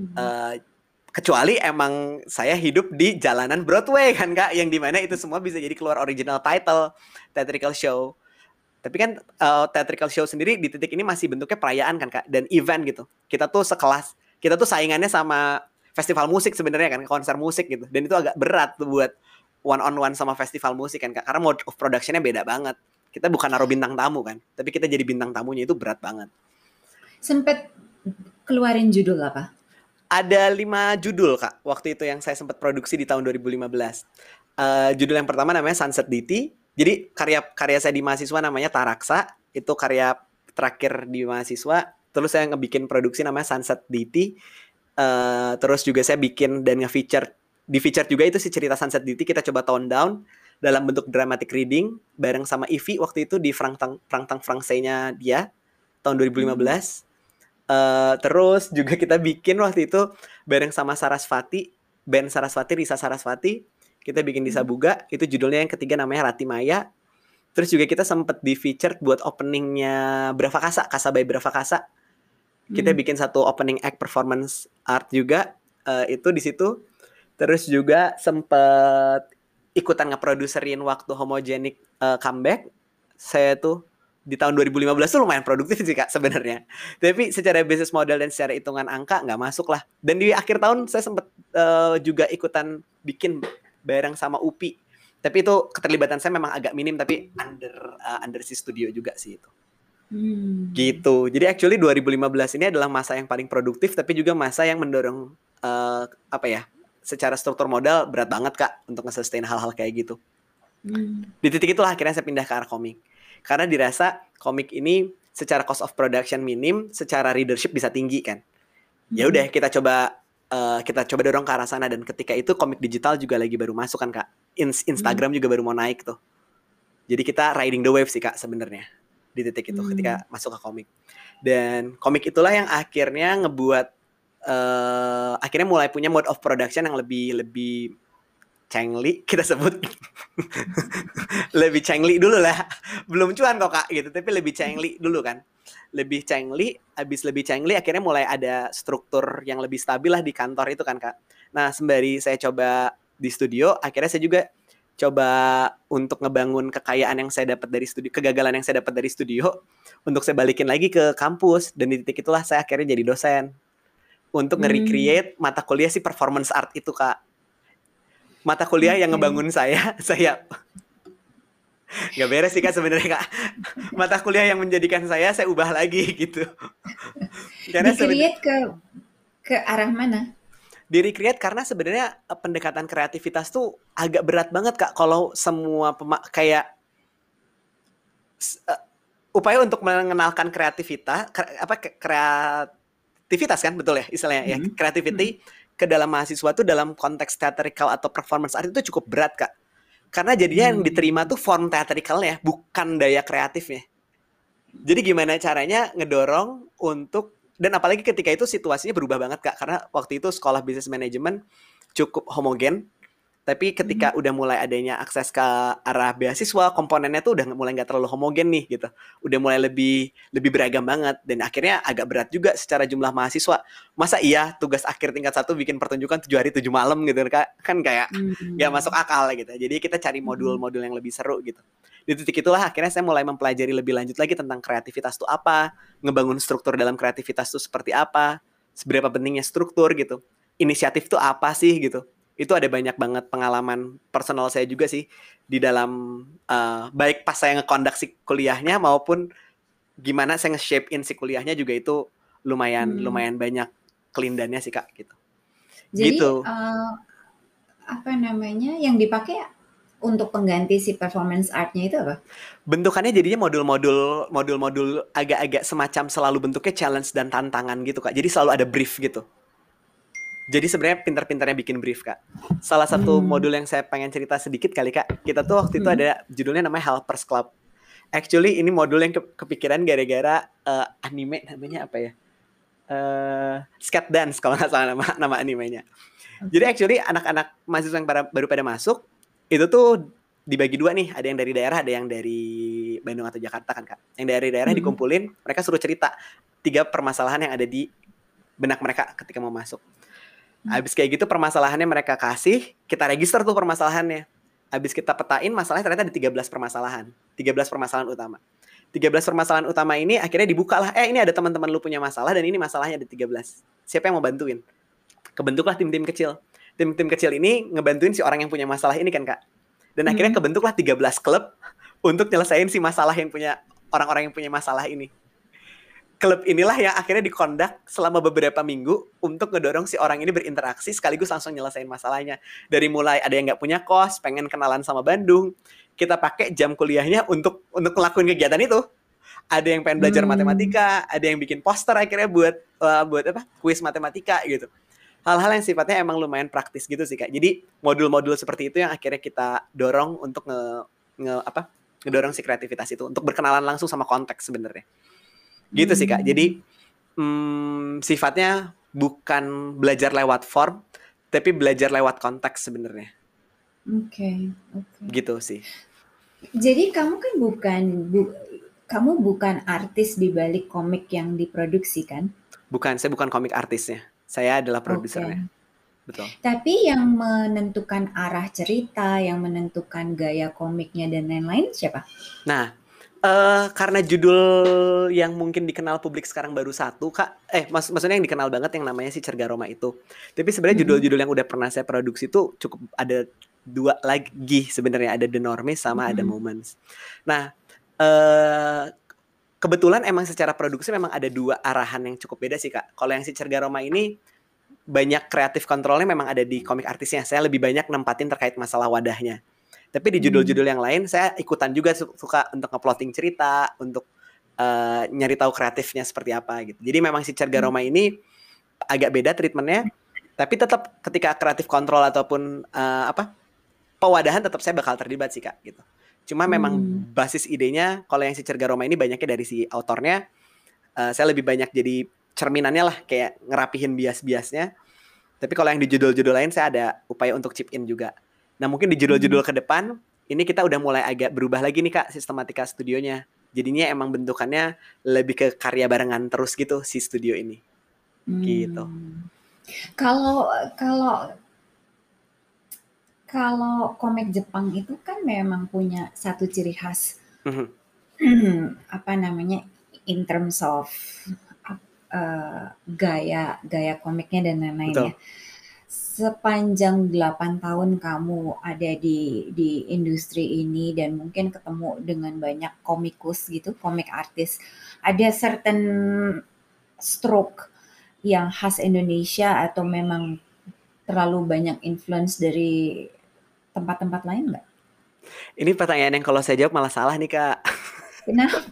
Kecuali emang saya hidup di jalanan Broadway kan Kak, yang dimana itu semua bisa jadi keluar original title theatrical show. Tapi kan theatrical show sendiri di titik ini masih bentuknya perayaan kan Kak, dan event gitu. Kita tuh sekelas, kita tuh saingannya sama festival musik sebenarnya kan, konser musik gitu. Dan itu agak berat tuh buat one on one sama festival musik kan Kak, karena mode of production-nya beda banget. Kita bukan naruh bintang tamu kan, tapi kita jadi bintang tamunya, itu berat banget. Sempet keluarin judul apa? Ada 5 judul Kak, waktu itu yang saya sempat produksi di tahun 2015. Judul yang pertama namanya Sunset DT. Jadi karya saya di mahasiswa namanya Taraksa, itu karya terakhir di mahasiswa. Terus saya ngebikin produksi namanya Sunset DT. Terus juga saya bikin dan di-feature juga itu si cerita Sunset DT, kita coba tone down dalam bentuk dramatic reading bareng sama Ivy waktu itu di Frangtang Frangsainya dia tahun 2015. Terus juga kita bikin waktu itu bareng sama Sarasvati, band Sarasvati, Risa Sarasvati. kita bikin di Sabuga, itu judulnya yang ketiga namanya Rati Maya. Terus juga kita sempet di featured buat openingnya Brava Kasa, Kasa by Brava Kasa. Kita bikin satu opening act performance art juga, itu di situ. Terus juga sempet ikutan ngeproduserin waktu Homogenic comeback. Saya tuh di tahun 2015 tuh lumayan produktif sih Kak sebenarnya. Tapi secara business model dan secara hitungan angka nggak masuk lah. Dan di akhir tahun saya sempet juga ikutan bikin bareng sama UPI. Tapi itu keterlibatan saya memang agak minim, tapi under si studio juga sih itu. Gitu. Jadi actually 2015 ini adalah masa yang paling produktif, tapi juga masa yang mendorong secara struktur modal berat banget Kak untuk nge-sustain hal-hal kayak gitu. Di titik itulah akhirnya saya pindah ke arah komik. Karena dirasa komik ini secara cost of production minim, secara readership bisa tinggi kan. Ya udah kita coba dorong ke arah sana, dan ketika itu komik digital juga lagi baru masuk kan Kak. Instagram juga baru mau naik tuh. Jadi kita riding the wave sih Kak sebenarnya di titik itu ketika masuk ke komik. Dan komik itulah yang akhirnya ngebuat akhirnya mulai punya mode of production yang lebih cengli, kita sebut. Lebih cengli dulu lah. Belum cuan kok Kak gitu, tapi lebih cengli dulu kan. Lebih cengli, habis lebih cengli akhirnya mulai ada struktur yang lebih stabil lah di kantor itu kan Kak. Nah, sembari saya coba di studio, akhirnya saya juga coba untuk ngebangun kekayaan yang saya dapat dari studio, kegagalan yang saya dapat dari studio, untuk saya balikin lagi ke kampus. Dan di titik itulah saya akhirnya jadi dosen untuk nge-recreate mata kuliah si performance art itu Kak. Mata kuliah yang ngebangun saya nggak beres sih Kak sebenarnya Kak. Mata kuliah yang menjadikan saya ubah lagi gitu. Karena di-create ke arah mana? Di-recreate karena sebenarnya pendekatan kreativitas tuh agak berat banget Kak kalau semua kayak upaya untuk mengenalkan kreativitas kan betul ya istilahnya ya, creativity ke dalam mahasiswa tuh dalam konteks theatrical atau performance art itu cukup berat Kak. Karena jadinya yang diterima tuh form theatricalnya, bukan daya kreatifnya. Jadi gimana caranya ngedorong untuk, dan apalagi ketika itu situasinya berubah banget Kak, karena waktu itu sekolah business management cukup homogen, tapi ketika udah mulai adanya akses ke arah beasiswa, komponennya tuh udah mulai nggak terlalu homogen nih gitu, udah mulai lebih beragam banget, dan akhirnya agak berat juga secara jumlah mahasiswa. Masa iya tugas akhir tingkat 1 bikin pertunjukan 7 hari 7 malam gitu kan kayak nggak masuk akal gitu. Jadi kita cari modul-modul yang lebih seru gitu. Di titik itulah akhirnya saya mulai mempelajari lebih lanjut lagi tentang kreativitas itu apa, ngebangun struktur dalam kreativitas itu seperti apa, seberapa pentingnya struktur gitu, inisiatif itu apa sih gitu. Itu ada banyak banget pengalaman personal saya juga sih di dalam baik pas saya nge-conduct si kuliahnya maupun gimana saya nge-shape in si kuliahnya juga itu lumayan banyak kelindannya sih Kak gitu. Jadi gitu. Yang dipakai untuk pengganti si performance artnya itu apa? Bentukannya jadinya modul-modul agak-agak semacam selalu bentuknya challenge dan tantangan gitu Kak. Jadi selalu ada brief gitu. Jadi sebenarnya pintar-pintarnya bikin brief Kak. Salah satu modul yang saya pengen cerita sedikit kali Kak. Kita tuh waktu itu ada judulnya namanya Helpers Club. Actually ini modul yang kepikiran gara-gara anime namanya apa ya? Scat Dance kalau nggak salah nama animenya. Jadi actually anak-anak mahasiswa yang baru pada masuk itu tuh dibagi dua nih. Ada yang dari daerah, ada yang dari Bandung atau Jakarta kan Kak. Yang dari daerah dikumpulin, mereka suruh cerita 3 permasalahan yang ada di benak mereka ketika mau masuk. Habis kayak gitu permasalahannya mereka kasih, kita register tuh permasalahannya. Habis kita petain masalahnya ternyata ada 13 permasalahan. 13 permasalahan utama. 13 permasalahan utama ini akhirnya dibuka lah. Ini ada teman-teman lu punya masalah dan ini masalahnya ada 13. Siapa yang mau bantuin? Kebentuklah tim-tim kecil. Tim-tim kecil ini ngebantuin si orang yang punya masalah ini kan Kak. Dan akhirnya kebentuklah 13 klub untuk nyelesain si masalah yang punya orang-orang yang punya masalah ini. Klub inilah yang akhirnya dikondak selama beberapa minggu untuk ngedorong si orang ini berinteraksi sekaligus langsung nyelesain masalahnya. Dari mulai ada yang nggak punya kos, pengen kenalan sama Bandung, kita pakai jam kuliahnya untuk ngelakuin kegiatan itu. Ada yang pengen belajar matematika, ada yang bikin poster akhirnya buat kuis matematika gitu. Hal-hal yang sifatnya emang lumayan praktis gitu sih Kak. Jadi modul-modul seperti itu yang akhirnya kita dorong untuk ngedorong si kreativitas itu untuk berkenalan langsung sama konteks sebenarnya. Gitu sih Kak. Jadi sifatnya bukan belajar lewat form, tapi belajar lewat konteks sebenarnya. Oke, oke. Gitu sih. Jadi kamu kan kamu bukan artis di balik komik yang diproduksi kan? Saya bukan komik artisnya. Saya adalah Oke. produsernya. Betul. Tapi yang menentukan arah cerita, yang menentukan gaya komiknya dan lain-lain siapa? Nah, karena judul yang mungkin dikenal publik sekarang baru satu, Kak. Maksudnya yang dikenal banget yang namanya si Cerga Roma itu. Tapi sebenarnya Mm-mm. judul-judul yang udah pernah saya produksi itu cukup ada 2 lagi sebenarnya, ada The Normies sama ada Mm-mm. Moments. Nah, eh kebetulan emang secara produksi memang ada 2 arahan yang cukup beda sih, Kak. Kalau yang si Cerga Roma ini banyak kreatif kontrolnya memang ada di komik artisnya. Saya lebih banyak nempatin terkait masalah wadahnya. Tapi di Hmm. judul-judul yang lain saya ikutan juga suka untuk nge-plotting cerita, untuk nyari tahu kreatifnya seperti apa gitu. Jadi memang si Cerga Roma ini agak beda treatmentnya, tapi tetap ketika kreatif kontrol ataupun pewadahan tetap saya bakal terlibat sih, Kak, gitu. Cuma memang Hmm. basis idenya kalau yang si Cerga Roma ini banyaknya dari si autornya, saya lebih banyak jadi cerminannya lah, kayak ngerapihin bias-biasnya. Tapi kalau yang di judul-judul lain saya ada upaya untuk chip in juga. Nah, mungkin di judul-judul ke depan ini kita udah mulai agak berubah lagi nih, Kak, sistematika studionya. Jadinya emang bentukannya lebih ke karya barengan terus gitu si studio ini. Gitu. Hmm. Kalau kalau kalau komik Jepang itu kan memang punya satu ciri khas. Mhm. Apa namanya, in terms of gaya gaya komiknya dan lain-lain ya. Betul. Sepanjang 8 tahun kamu ada di industri ini dan mungkin ketemu dengan banyak komikus gitu, komik artis, ada certain stroke yang khas Indonesia atau memang terlalu banyak influence dari tempat-tempat lain nggak? Ini pertanyaan yang kalau saya jawab malah salah nih, Kak. Kenapa?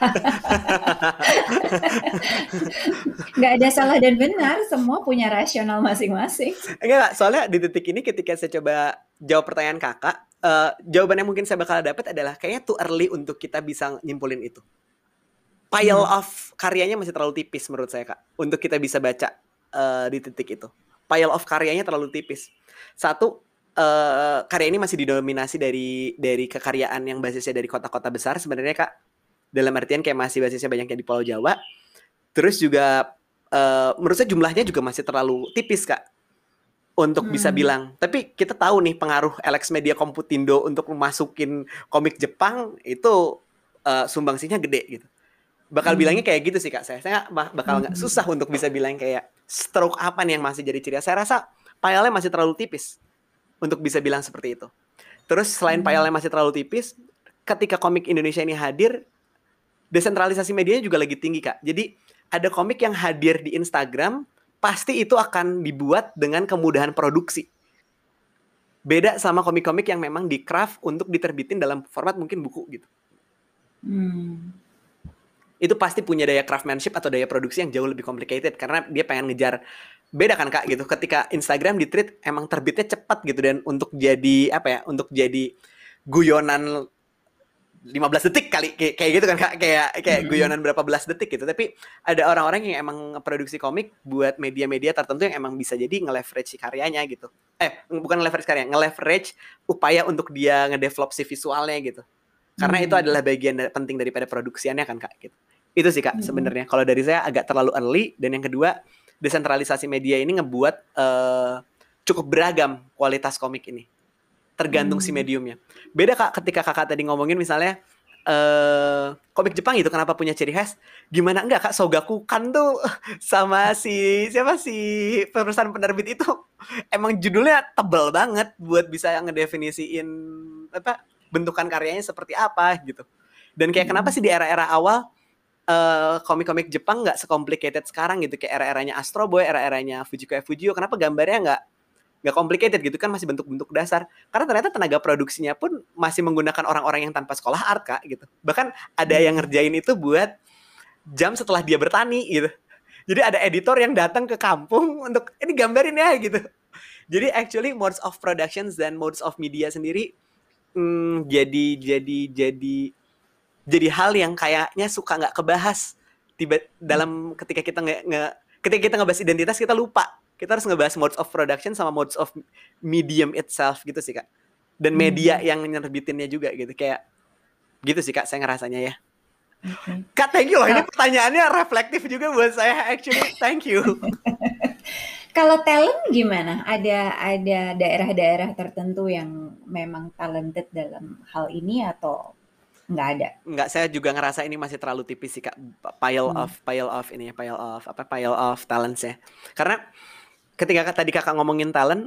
Nggak ada salah dan benar, semua punya rasional masing-masing. Enggak, soalnya di titik ini ketika saya coba jawab pertanyaan Kakak, jawaban yang mungkin saya bakal dapat adalah kayaknya too early untuk kita bisa nyimpulin itu. Pile Hmm. of karyanya masih terlalu tipis menurut saya, Kak, untuk kita bisa baca di titik itu. Pile of karyanya terlalu tipis. Satu, karya ini masih didominasi dari kekaryaan yang basisnya dari kota-kota besar sebenarnya, Kak. Dalam artian kayak masih basisnya banyaknya di Pulau Jawa. Terus juga menurut saya jumlahnya juga masih terlalu tipis, Kak, untuk bisa Hmm. bilang. Tapi kita tahu nih pengaruh Alex Media Komputindo untuk memasukin komik Jepang itu sumbangsinya gede gitu. Bakal bilangnya Hmm. kayak gitu sih, Kak. Saya bakal nggak susah Hmm. untuk bisa bilang kayak stroke apa nih yang masih jadi ciri khas. Saya rasa file-nya masih terlalu tipis untuk bisa bilang seperti itu. Terus selain Hmm. file-nya masih terlalu tipis, ketika komik Indonesia ini hadir, desentralisasi medianya juga lagi tinggi, Kak. Jadi ada komik yang hadir di Instagram, pasti itu akan dibuat dengan kemudahan produksi. Beda sama komik-komik yang memang di craft untuk diterbitin dalam format mungkin buku gitu. Hmm. Itu pasti punya daya craftsmanship atau daya produksi yang jauh lebih complicated karena dia pengen ngejar, beda kan, Kak, gitu. Ketika Instagram di-treat emang terbitnya cepat gitu, dan untuk jadi untuk jadi guyonan 15 detik kali kayak gitu kan, Kak, kayak Hmm. guyonan berapa belas detik gitu. Tapi ada orang-orang yang emang produksi komik buat media-media tertentu yang emang bisa jadi nge-leverage si karyanya gitu. Bukan nge-leverage karya, nge-leverage upaya untuk dia nge-develop si visualnya gitu. Karena itu Hmm. adalah bagian penting daripada produksiannya kan, Kak, gitu. Itu sih, Kak, Hmm. sebenarnya. Kalau dari saya agak terlalu early, dan yang kedua, desentralisasi media ini ngebuat cukup beragam kualitas komik ini. Tergantung si Hmm. mediumnya. Beda, Kak, ketika Kakak tadi ngomongin misalnya komik Jepang gitu kenapa punya ciri khas? Gimana enggak, Kak, Shogakukan tuh sama si perusahaan penerbit itu emang judulnya tebel banget buat bisa ngedefinisiin bentukan karyanya seperti apa gitu. Dan kayak kenapa Hmm. sih di era-era awal komik-komik Jepang nggak secomplicated sekarang gitu, kayak era-eranya Astro Boy, era-eranya Fujiko F. Fujio, kenapa gambarnya nggak complicated gitu kan, masih bentuk-bentuk dasar, karena ternyata tenaga produksinya pun masih menggunakan orang-orang yang tanpa sekolah art, Kak, gitu. Bahkan ada yang ngerjain itu buat jam setelah dia bertani gitu. Jadi ada editor yang datang ke kampung untuk ini gambarin ya gitu. Jadi actually modes of productions dan modes of media sendiri jadi hal yang kayaknya suka nggak kebahas dalam ketika kita ngebahas identitas, kita lupa kita harus ngebahas modes of production sama modes of medium itself gitu sih, Kak. dan media yang nerbitinnya juga gitu, kayak gitu sih Kak saya ngerasanya ya. Oke. Kak, thank you loh, ini Kalau pertanyaannya reflektif juga buat saya actually, thank you. kalau talent gimana? Ada daerah-daerah tertentu yang memang talented dalam hal ini atau nggak ada? Enggak, saya juga ngerasa ini masih terlalu tipis sih Kak, pile of talents ya. Karena ketika tadi Kakak ngomongin talent,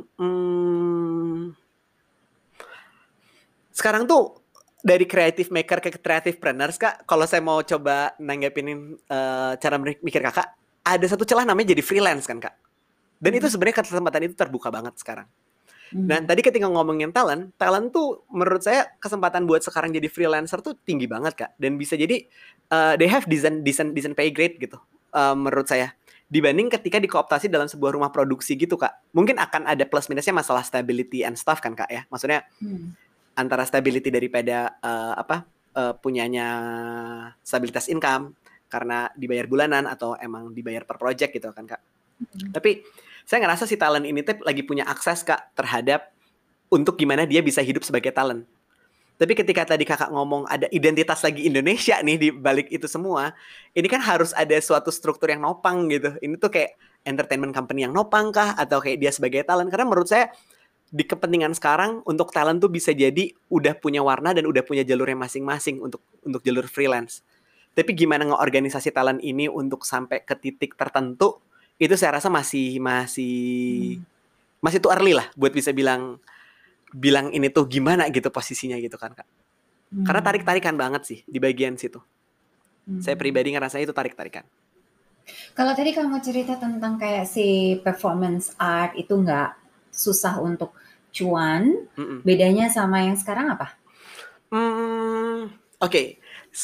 sekarang tuh dari creative maker ke creative planners Kak, kalau saya mau coba nanggepin cara mikir Kakak, ada satu celah namanya jadi freelance kan Kak. Dan itu sebenarnya kesempatan itu terbuka banget sekarang. Dan tadi ketika ngomongin talent tuh menurut saya kesempatan buat sekarang jadi freelancer tuh tinggi banget Kak. Dan bisa jadi they have decent pay grade gitu menurut saya. Dibanding ketika dikooptasi dalam sebuah rumah produksi gitu Kak. Mungkin akan ada plus minusnya masalah stability and stuff kan Kak ya. Maksudnya antara stability daripada punyanya stabilitas income karena dibayar bulanan atau emang dibayar per project gitu kan Kak. Tapi saya ngerasa si talent ini tuh lagi punya akses Kak terhadap untuk gimana dia bisa hidup sebagai talent. Tapi ketika tadi Kakak ngomong ada identitas lagi Indonesia nih di balik itu semua, ini kan harus ada suatu struktur yang nopang gitu. Ini tuh kayak entertainment company yang nopang kah atau kayak dia sebagai talent? Karena menurut saya di kepentingan sekarang untuk talent tuh bisa jadi udah punya warna dan udah punya jalurnya masing-masing untuk jalur freelance. Tapi gimana ngeorganisasi talent ini untuk sampai ke titik tertentu, itu saya rasa masih too early lah buat bisa bilang ini tuh gimana gitu posisinya gitu kan Kak. Karena tarik-tarikan banget sih di bagian situ. Saya pribadi ngerasa itu tarik-tarikan. Kalau tadi kamu cerita tentang kayak si performance art itu nggak susah untuk cuan, bedanya sama yang sekarang apa? Oke.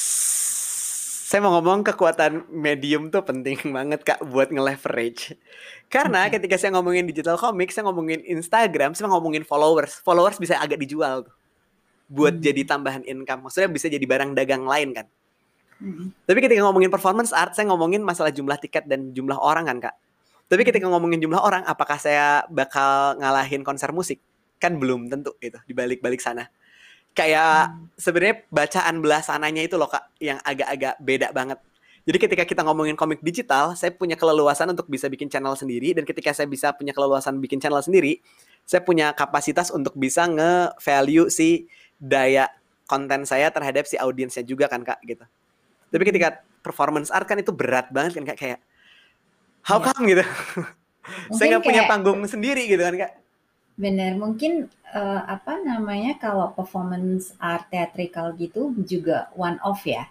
Saya mau ngomong kekuatan medium tuh penting banget Kak buat nge-leverage. Karena ketika saya ngomongin digital comics, saya ngomongin Instagram, saya ngomongin followers. Followers bisa agak dijual tuh. Buat jadi tambahan income. Maksudnya bisa jadi barang dagang lain kan. Tapi ketika ngomongin performance art, saya ngomongin masalah jumlah tiket dan jumlah orang kan Kak. Tapi ketika ngomongin jumlah orang, apakah saya bakal ngalahin konser musik? Kan belum tentu gitu, di balik-balik sana. Kayak sebenarnya bacaan belah sananya itu loh Kak yang agak-agak beda banget. Jadi ketika kita ngomongin komik digital, saya punya keleluasan untuk bisa bikin channel sendiri, dan ketika saya bisa punya keleluasan bikin channel sendiri, saya punya kapasitas untuk bisa nge-value si daya konten saya terhadap si audiensnya juga kan Kak gitu. Tapi ketika performance art kan itu berat banget kan Kak, kayak how come gitu. Saya nggak punya panggung sendiri gitu kan Kak. Bener, mungkin kalau performance art theatrical gitu juga one off ya.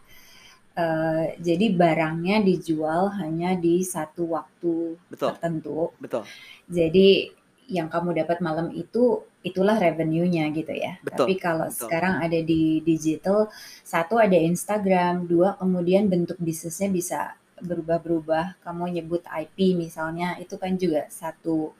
Jadi barangnya dijual hanya di satu waktu tertentu. Betul. Jadi yang kamu dapat malam itulah revenue-nya gitu ya. Tapi kalau sekarang ada di digital, satu ada Instagram, dua kemudian bentuk bisnisnya bisa berubah-berubah. Kamu nyebut IP misalnya, itu kan juga satu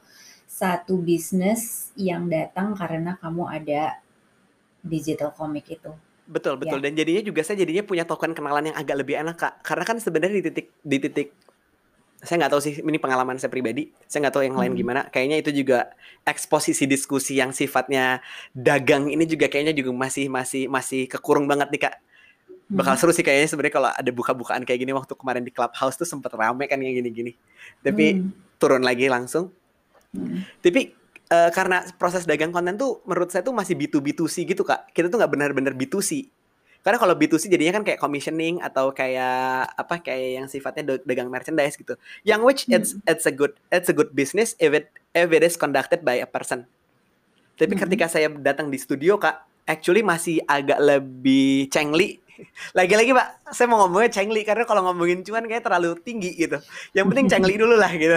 bisnis yang datang karena kamu ada digital comic itu. Betul. Dan jadinya juga saya punya token kenalan yang agak lebih enak Kak. Karena kan sebenarnya di titik saya nggak tahu sih, ini pengalaman saya pribadi. Saya nggak tahu yang lain gimana. Kayaknya itu juga eksposisi diskusi yang sifatnya dagang ini juga kayaknya juga masih kekurung banget nih Kak. Bakal seru sih kayaknya sebenarnya kalau ada buka-bukaan kayak gini. Waktu kemarin di Clubhouse tuh sempet rame kan yang gini-gini. Tapi turun lagi langsung. Tapi karena proses dagang konten tuh menurut saya tuh masih B2B2C gitu Kak. Kita tuh nggak benar-benar B2C. Karena kalau B2C jadinya kan kayak commissioning atau kayak yang sifatnya dagang merchandise gitu. Yang which it's a good business if it is conducted by a person. Tapi ketika saya datang di studio Kak, actually masih agak lebih cengli. Lagi-lagi Pak, saya mau ngomongnya cengli karena kalau ngomongin cuan kayak terlalu tinggi gitu. Yang penting cengli dulu lah gitu.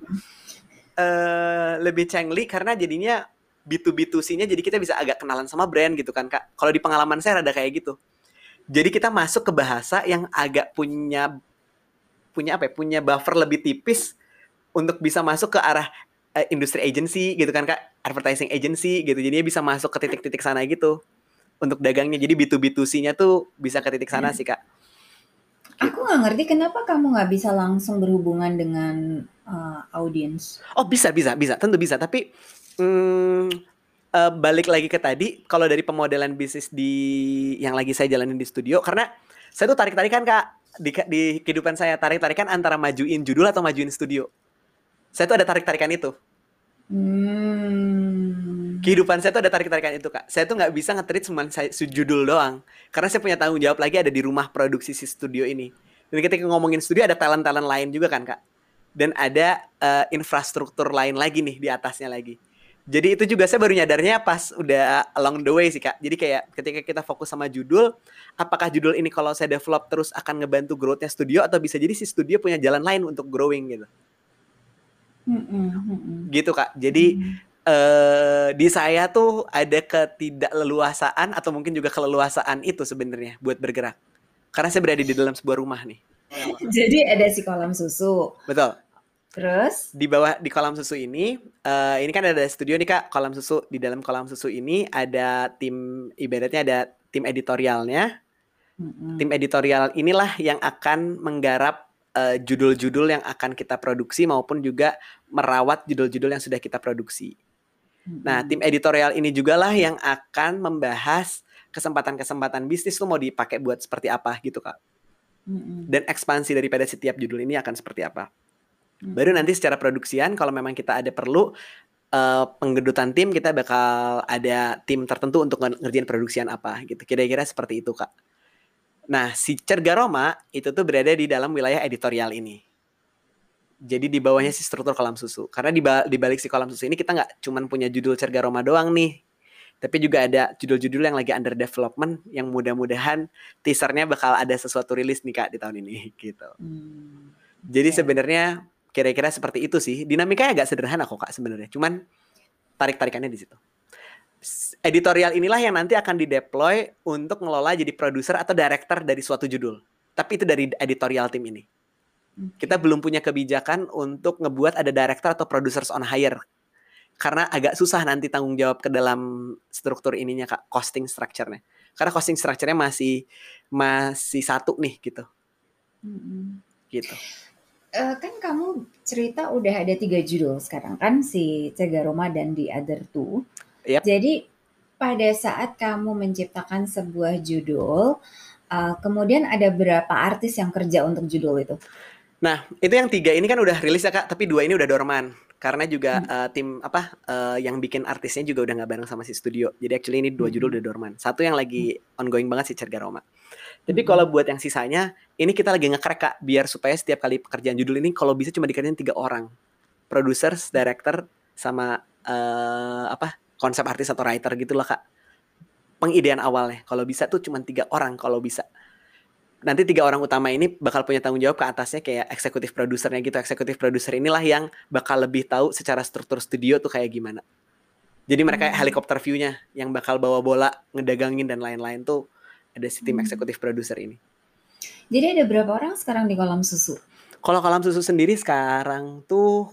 Lebih cengli karena jadinya B2B2C-nya, jadi kita bisa agak kenalan sama brand gitu kan Kak. Kalau di pengalaman saya rada kayak gitu. Jadi kita masuk ke bahasa yang agak punya buffer lebih tipis untuk bisa masuk ke arah industri agency gitu kan Kak, advertising agency gitu. Jadinya bisa masuk ke titik-titik sana gitu untuk dagangnya. Jadi B2B2C-nya tuh bisa ke titik sana sih Kak. Aku nggak ngerti kenapa kamu nggak bisa langsung berhubungan dengan audience. Oh bisa, tentu bisa. Tapi balik lagi ke tadi, kalau dari pemodelan bisnis yang lagi saya jalanin di studio, karena saya tuh tarik-tarikan Kak, di kehidupan saya, tarik-tarikan antara majuin judul atau majuin studio. Saya tuh ada tarik-tarikan itu. Kehidupan saya tuh ada tarik-tarikan itu Kak. Saya tuh nggak bisa nge-treat cuma judul doang, karena saya punya tanggung jawab lagi ada di rumah produksi si studio ini. Dan ketika ngomongin studio ada talent-talent lain juga kan Kak. Dan ada infrastruktur lain lagi nih di atasnya lagi. Jadi itu juga saya baru nyadarnya pas udah along the way sih Kak. Jadi kayak ketika kita fokus sama judul, apakah judul ini kalau saya develop terus akan ngebantu growth-nya studio, atau bisa jadi si studio punya jalan lain untuk growing gitu. Gitu Kak. Jadi di saya tuh ada ketidakleluasaan atau mungkin juga keleluasaan itu sebenarnya buat bergerak. Karena saya berada di dalam sebuah rumah nih. Jadi ada si kolam susu. Betul. Terus di kolam susu ini kan ada studio nih Kak, kolam susu. Di dalam kolam susu ini ada tim, ibaratnya ada tim editorialnya. Tim editorial inilah yang akan menggarap judul-judul yang akan kita produksi maupun juga merawat judul-judul yang sudah kita produksi. Nah, tim editorial ini juga lah yang akan membahas kesempatan-kesempatan bisnis tuh mau dipakai buat seperti apa gitu Kak. Dan ekspansi daripada setiap judul ini akan seperti apa. Baru nanti secara produksian kalau memang kita ada perlu penggedutan tim, kita bakal ada tim tertentu untuk ngerjain produksian apa gitu. Kira-kira seperti itu Kak. Nah, si Cergaroma itu tuh berada di dalam wilayah editorial ini. Jadi di bawahnya si struktur kolam susu. Karena di balik si kolam susu ini kita nggak cuman punya judul Cergaroma doang nih. Tapi juga ada judul-judul yang lagi under development yang mudah-mudahan teasernya bakal ada sesuatu rilis nih Kak di tahun ini gitu. Jadi sebenarnya kira-kira seperti itu sih. Dinamikanya agak sederhana kok Kak sebenarnya. Cuman tarik-tarikannya di situ. Editorial inilah yang nanti akan dideploy untuk ngelola jadi produser atau director dari suatu judul. Tapi itu dari editorial tim ini. Kita belum punya kebijakan untuk ngebuat ada director atau producers on hire. Karena agak susah nanti tanggung jawab ke dalam struktur ininya Kak, costing structure-nya. Karena costing structure-nya masih satu nih gitu. Gitu. Kan kamu cerita udah ada 3 judul sekarang kan, si Cergaroma dan The Other Two. Yep. Jadi pada saat kamu menciptakan sebuah judul, kemudian ada berapa artis yang kerja untuk judul itu? Nah, itu yang 3 ini kan udah rilis ya Kak, tapi 2 ini udah dorman. Karena juga tim yang bikin artisnya juga udah nggak bareng sama si studio. Jadi actually ini 2 judul udah dorman. Satu yang lagi ongoing banget si Cergaroma. Tapi kalau buat yang sisanya, ini kita lagi nge-crack Kak, biar supaya setiap kali pekerjaan judul ini kalau bisa cuma dikerjain 3 orang. Producers, director, sama konsep artis atau writer gitu lah Kak. Pengidean awalnya, kalau bisa tuh cuma 3 orang kalau bisa. Nanti 3 orang utama ini bakal punya tanggung jawab ke atasnya kayak eksekutif produsernya gitu. Eksekutif produser inilah yang bakal lebih tahu secara struktur studio tuh kayak gimana. Jadi mereka helikopter view-nya yang bakal bawa bola, ngedagangin dan lain-lain tuh ada si tim eksekutif produser ini. Jadi ada berapa orang sekarang di kolam susu? Kalau kolam susu sendiri sekarang tuh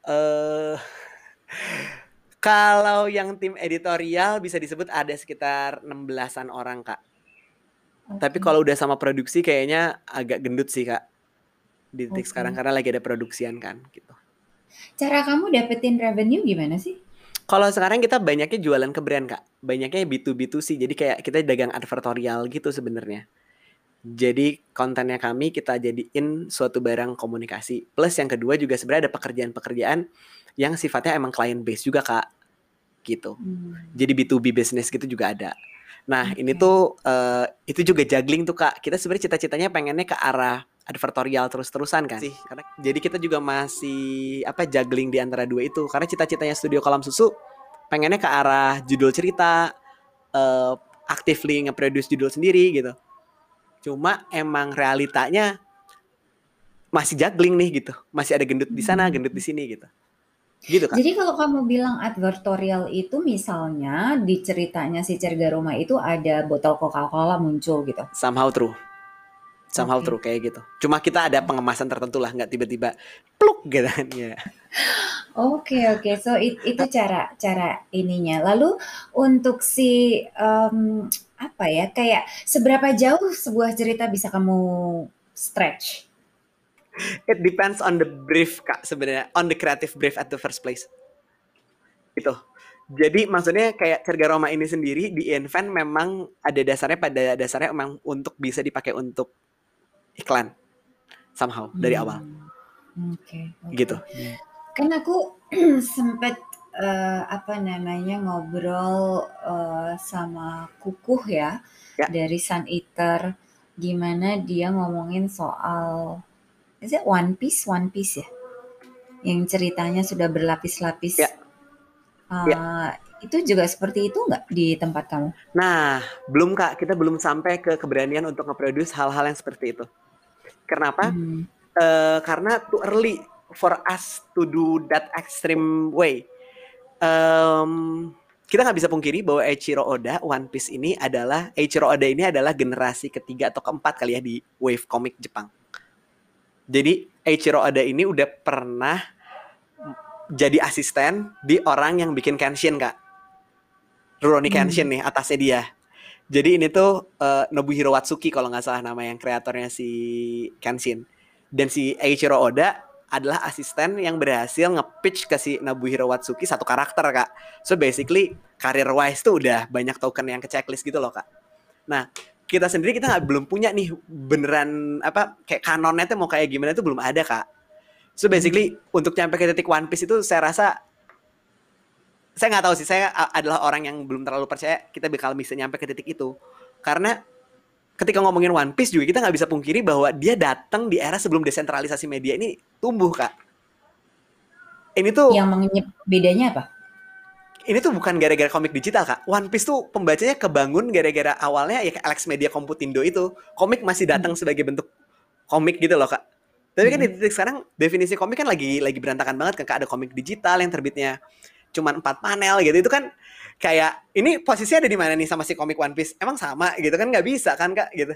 kalau yang tim editorial bisa disebut ada sekitar 16-an orang Kak. Tapi kalau udah sama produksi kayaknya agak gendut sih Kak di titik sekarang karena lagi ada produksian kan gitu. Cara kamu dapetin revenue gimana sih? Kalau sekarang kita banyaknya jualan ke brand Kak. Banyaknya B2B2C. Jadi kayak kita dagang advertorial gitu sebenarnya. Jadi kontennya kami kita jadiin suatu barang komunikasi. Plus yang kedua juga sebenarnya ada pekerjaan-pekerjaan yang sifatnya emang client base juga Kak. Gitu. Jadi B2B business gitu juga ada. Nah ini tuh itu juga juggling tuh Kak. Kita sebenarnya cita-citanya pengennya ke arah advertorial terus-terusan kan sih. Karena jadi kita juga masih juggling di antara 2 itu. Karena cita-citanya Studio Kolam Susu pengennya ke arah judul cerita, actively nge-produce judul sendiri gitu. Cuma emang realitanya masih juggling nih gitu. Masih ada gendut di sana, gendut di sini gitu. Gitu Kak. Jadi kalau kamu bilang advertorial itu misalnya di ceritanya si Cergaroma itu ada botol Coca-Cola muncul gitu. Somehow true kayak gitu. Cuma kita ada pengemasan tertentu lah, nggak tiba-tiba pluk gitu kan ya. Oke. So itu cara ininya. Lalu untuk si kayak seberapa jauh sebuah cerita bisa kamu stretch? It depends on the brief Kak sebenarnya, on the creative brief at the first place. Gitu. Jadi maksudnya kayak Cergaroma ini sendiri di invent memang ada dasarnya, pada dasarnya memang untuk bisa dipakai untuk iklan somehow dari awal Oke, gitu. Kan aku sempat apa namanya ngobrol sama Kukuh ya, Ya. dari Sun Eater, gimana dia ngomongin soal is it One Piece ya, yang ceritanya sudah berlapis-lapis. Ya. Ya. Itu juga seperti itu nggak di tempat kamu? Nah, belum Kak, kita belum sampai ke keberanian untuk nge-produce hal-hal yang seperti itu. Kenapa? Karena too early for us to do that extreme way. Kita nggak bisa pungkiri bahwa Eiichiro Oda, One Piece ini adalah, Eiichiro Oda ini adalah generasi ketiga atau keempat kali ya di wave komik Jepang. Jadi Eiichiro Oda ini udah pernah jadi asisten di orang yang bikin Kenshin, Kak. Rurouni Kenshin nih, atasnya dia. Jadi ini tuh Nobuhiro Watsuki kalau nggak salah nama yang kreatornya si Kenshin. Dan si Eiichiro Oda adalah asisten yang berhasil nge-pitch ke si Nobuhiro Watsuki satu karakter, Kak. So basically career wise tuh udah banyak token yang ke checklist gitu loh, Kak. Nah, kita sendiri kita belum punya nih beneran apa kayak kanonnya tuh mau kayak gimana tuh belum ada, Kak. So basically untuk nyampe ke titik One Piece itu saya rasa, saya nggak tahu sih, saya adalah orang yang belum terlalu percaya kita bakal bisa nyampe ke titik itu. Karena ketika ngomongin One Piece juga kita nggak bisa pungkiri bahwa dia datang di era sebelum desentralisasi media ini tumbuh, Kak. Ini tuh yang bedanya apa? Ini tuh bukan gara-gara komik digital, Kak. One Piece tuh pembacanya kebangun gara-gara awalnya ya Alex Media Komputindo itu. Komik masih datang sebagai bentuk komik gitu loh, Kak. Tapi kan di titik sekarang definisi komik kan lagi berantakan banget kan, Kak. Ada komik digital yang terbitnya cuma 4 panel gitu. Itu kan kayak ini posisinya ada di mana nih sama si komik One Piece? Emang sama gitu kan, nggak bisa kan, Kak, gitu.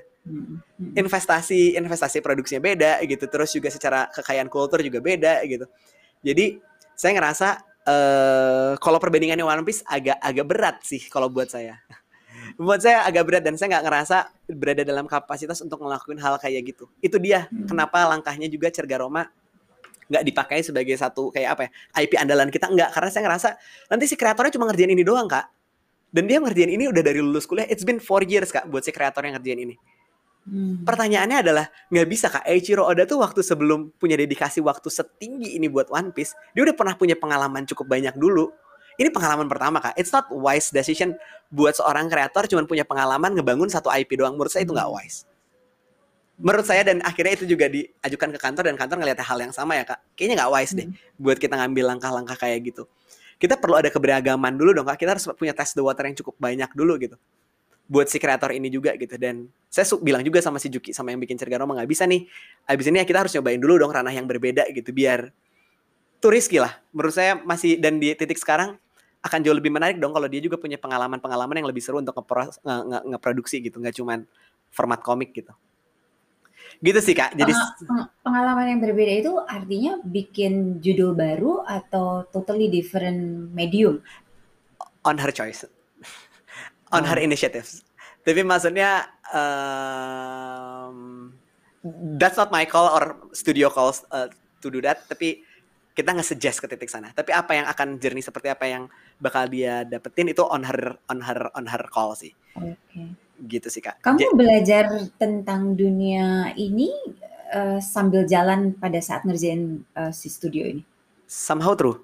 Investasi produksinya beda gitu. Terus juga secara kekayaan kultur juga beda gitu. Jadi saya ngerasa kalau perbandingannya One Piece agak berat sih kalau buat saya. Buat saya agak berat dan saya nggak ngerasa berada dalam kapasitas untuk ngelakuin hal kayak gitu. Itu dia kenapa langkahnya juga Cergaroma nggak dipakai sebagai satu kayak apa ya, IP andalan kita, nggak. Karena saya ngerasa nanti si kreatornya cuma ngerjain ini doang, Kak. Dan dia ngerjain ini udah dari lulus kuliah. It's been 4 years, Kak, buat si kreator yang ngerjain ini. Pertanyaannya adalah, nggak bisa, Kak, Eiichiro Oda tuh waktu sebelum punya dedikasi waktu setinggi ini buat One Piece, dia udah pernah punya pengalaman cukup banyak dulu. Ini pengalaman pertama, Kak. It's not wise decision buat seorang kreator cuma punya pengalaman ngebangun satu IP doang. Menurut saya itu nggak wise. Menurut saya, dan akhirnya itu juga diajukan ke kantor dan kantor ngeliat hal yang sama ya, Kak. Kayaknya nggak wise deh buat kita ngambil langkah-langkah kayak gitu. Kita perlu ada keberagaman dulu dong, Kak. Kita harus punya test the water yang cukup banyak dulu gitu. Buat si kreator ini juga gitu. Dan saya bilang juga sama si Juki, sama yang bikin Cergaroma, nggak bisa nih, abis ini ya kita harus nyobain dulu dong ranah yang berbeda gitu, biar tuh risky lah menurut saya masih. Dan di titik sekarang akan jauh lebih menarik dong kalau dia juga punya pengalaman-pengalaman yang lebih seru untuk ngeproduksi gitu, nggak cuman format komik gitu sih, Kak. Jadi pengalaman yang berbeda itu artinya bikin judul baru atau totally different medium? On her choice, on her initiatives. Tapi maksudnya that's not my call or studio calls to do that. Tapi kita nge-suggest ke titik sana. Tapi apa yang akan journey seperti apa yang bakal dia dapetin itu on her call sih. Oke. Gitu sih, Kak. Kamu belajar tentang dunia ini sambil jalan pada saat ngerjain si studio ini? Somehow true.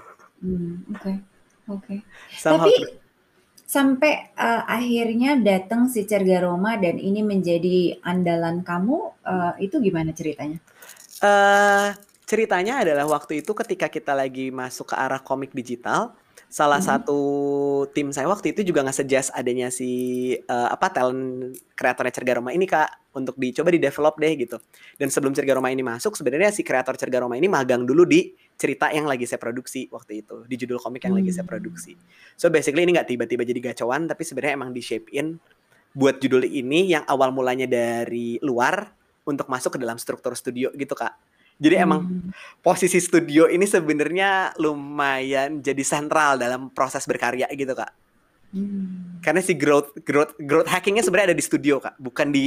Oke. Tapi true. Sampai akhirnya datang si Cergaroma dan ini menjadi andalan kamu, itu gimana ceritanya? Ceritanya adalah waktu itu ketika kita lagi masuk ke arah komik digital, salah satu tim saya waktu itu juga nge-suggest adanya si talent kreatornya Cergaroma ini, Kak, untuk dicoba di-develop deh gitu. Dan sebelum Cergaroma ini masuk, sebenarnya si kreator Cergaroma ini magang dulu di cerita yang lagi saya produksi waktu itu, di judul komik yang lagi saya produksi. So basically ini nggak tiba-tiba jadi gacoan, tapi sebenarnya emang di-shape-in buat judul ini yang awal mulanya dari luar untuk masuk ke dalam struktur studio gitu, Kak. Jadi emang posisi studio ini sebenarnya lumayan jadi sentral dalam proses berkarya gitu, Kak. Karena si growth hackingnya sebenarnya ada di studio, Kak, bukan di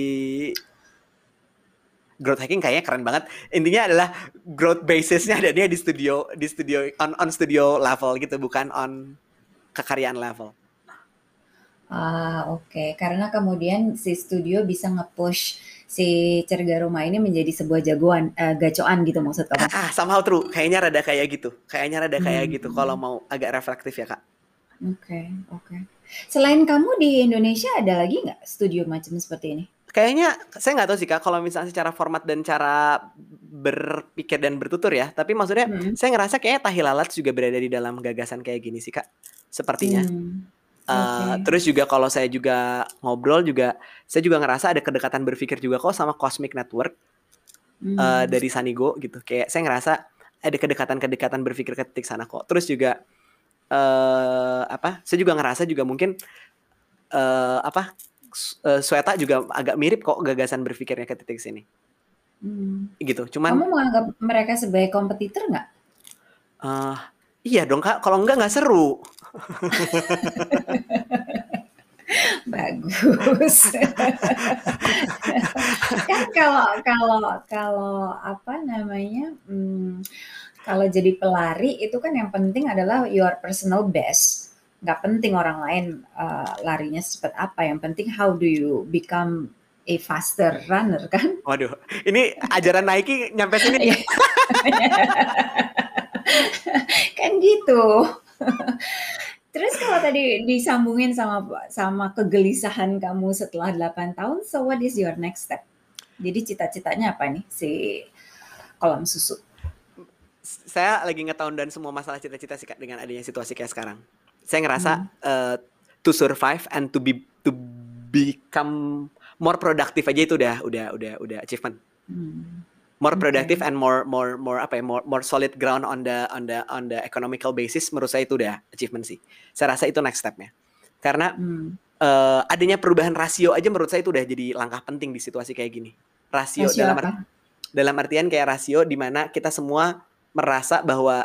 growth hacking. Kayaknya keren banget. Intinya adalah growth basisnya ada dia di studio on studio level gitu, bukan on kekaryaan level. Oke. Karena kemudian si studio bisa nge-push si Cerga Rumah ini menjadi sebuah jagoan, gacoan gitu maksud kamu? Somehow true. Kayaknya rada kayak gitu. Kalau Hmm. mau agak reflektif ya Kak. Oke, oke. Selain kamu di Indonesia ada lagi nggak studio macam seperti ini? Kayaknya saya nggak tahu sih Kak, kalau misalnya secara format dan cara berpikir dan bertutur ya. Tapi maksudnya Hmm. saya ngerasa kayaknya Tahi Lalat juga berada di dalam gagasan kayak gini sih Kak. Sepertinya. Oke. Terus juga kalau saya juga ngobrol juga, saya juga ngerasa ada kedekatan berpikir juga kok sama Cosmic Network Hmm. dari Sanigo gitu. Kayak saya ngerasa ada kedekatan-kedekatan berpikir ke titik sana kok. Terus juga saya juga ngerasa juga mungkin Sweta juga agak mirip kok gagasan berpikirnya ke titik sini. Gitu. Kamu Cuman menganggap mereka sebagai kompetitor nggak? iya dong Kak, kalau enggak seru. Bagus. Kan kalau apa namanya, kalau jadi pelari itu kan yang penting adalah your personal best. Nggak penting orang lain larinya secepat apa. Yang penting how do you become a faster runner kan? Waduh, ini ajaran Nike nyampe sini. Iya. Kan gitu. Terus kalau tadi disambungin sama kegelisahan kamu setelah 8 tahun, so what is your next step? Jadi cita-citanya apa nih si kolam susu? Saya lagi ngetahuan dan semua masalah cita-cita sih Kak dengan adanya situasi kayak sekarang. Saya ngerasa Hmm. To survive and to become more productive aja itu udah achievement. More productive and more solid ground on the economical basis, menurut saya itu udah achievement sih. Saya rasa itu next stepnya. Karena adanya perubahan rasio aja menurut saya itu udah jadi langkah penting di situasi kayak gini. Rasio apa? dalam artian kayak rasio di mana kita semua merasa bahwa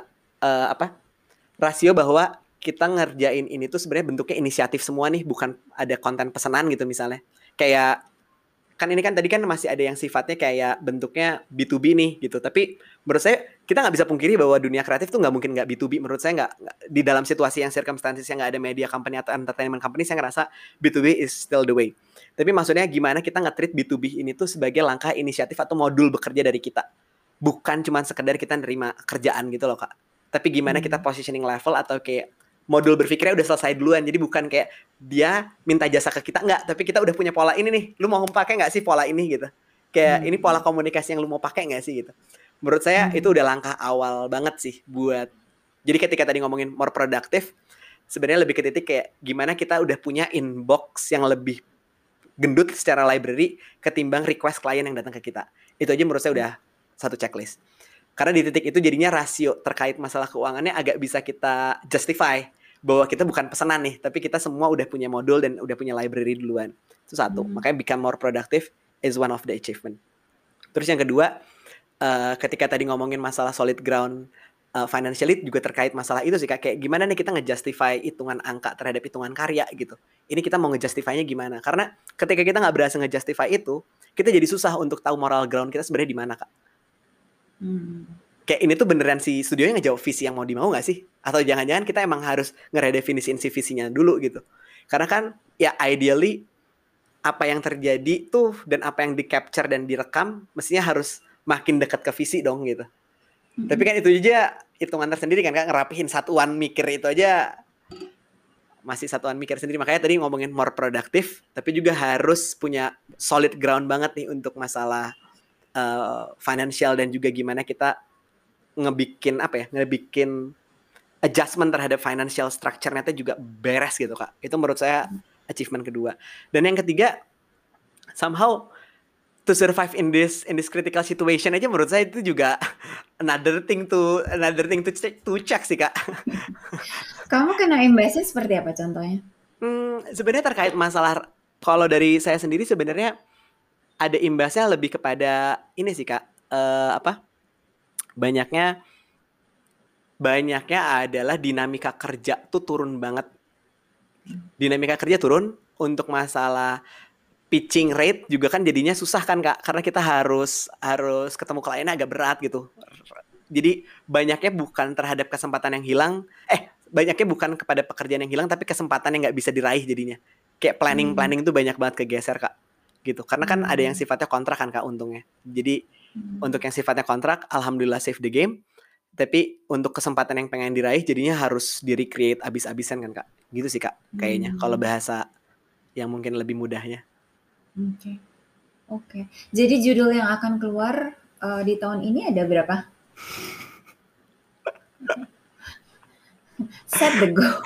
rasio bahwa kita ngerjain ini tuh sebenarnya bentuknya inisiatif semua nih, bukan ada konten pesanan gitu misalnya. Kayak kan ini kan tadi kan masih ada yang sifatnya kayak bentuknya B2B nih gitu. Tapi menurut saya kita nggak bisa pungkiri bahwa dunia kreatif tuh nggak mungkin nggak B2B. Menurut saya nggak di dalam situasi yang circumstances yang nggak ada media company atau entertainment company, saya ngerasa B2B is still the way. Tapi maksudnya gimana kita nge-treat B2B ini tuh sebagai langkah inisiatif atau modul bekerja dari kita. Bukan cuma sekedar kita nerima kerjaan gitu loh Kak. Tapi gimana kita positioning level atau kayak modul berpikirnya udah selesai duluan. Jadi bukan kayak dia minta jasa ke kita, enggak, tapi kita udah punya pola ini nih. Lu mau pakai enggak sih pola ini gitu. Kayak ini pola komunikasi yang lu mau pakai enggak sih gitu. Menurut saya itu udah langkah awal banget sih buat. Jadi ketika tadi ngomongin more productive, sebenarnya lebih ke titik kayak gimana kita udah punya inbox yang lebih gendut secara library ketimbang request klien yang datang ke kita. Itu aja menurut saya udah satu checklist. Karena di titik itu jadinya rasio terkait masalah keuangannya agak bisa kita justify bahwa kita bukan pesanan nih, tapi kita semua udah punya modul dan udah punya library duluan. Itu satu. Makanya become more productive is one of the achievement. Terus yang kedua, ketika tadi ngomongin masalah solid ground financially juga terkait masalah itu sih Kak. Kayak gimana nih kita ngejustify hitungan angka terhadap hitungan karya gitu. Ini kita mau ngejustify-nya gimana? Karena ketika kita nggak berhasil ngejustify itu, kita jadi susah untuk tahu moral ground kita sebenarnya di mana Kak. Kayak ini tuh beneran si studionya ngejawab visi yang mau dimau gak sih? Atau jangan-jangan kita emang harus ngeredefinisiin si visinya dulu gitu. Karena kan ya ideally apa yang terjadi tuh dan apa yang di-capture dan direkam mestinya harus makin dekat ke visi dong gitu. Tapi kan itu aja hitungan tersendiri kan Kak, ngerapihin satuan mikir itu aja masih satuan mikir sendiri. Makanya tadi ngomongin more productive, tapi juga harus punya solid ground banget nih untuk masalah financial dan juga gimana kita ngebikin adjustment terhadap financial structure-nya itu juga beres gitu Kak. Itu menurut saya achievement kedua. Dan yang ketiga, somehow to survive in this critical situation aja menurut saya itu juga another thing to check sih Kak. Kamu kena imbasnya seperti apa contohnya? Sebenarnya terkait masalah, kalau dari saya sendiri sebenarnya ada imbasnya lebih kepada ini sih Kak, banyaknya adalah dinamika kerja tuh turun banget. Dinamika kerja turun untuk masalah pitching rate juga kan jadinya susah kan Kak, karena kita harus ketemu kliennya agak berat gitu. Jadi banyaknya bukan terhadap kesempatan yang hilang, banyaknya bukan kepada pekerjaan yang hilang, tapi kesempatan yang nggak bisa diraih jadinya. Kayak planning tuh banyak banget kegeser Kak, gitu. Karena kan ada yang sifatnya kontrak kan Kak untungnya. Jadi untuk yang sifatnya kontrak, alhamdulillah save the game. Tapi untuk kesempatan yang pengen diraih, jadinya harus di-recreate abis-abisan kan Kak. Gitu sih Kak, kayaknya. Kalau bahasa yang mungkin lebih mudahnya. Oke. Jadi judul yang akan keluar di tahun ini ada berapa? Set the goal.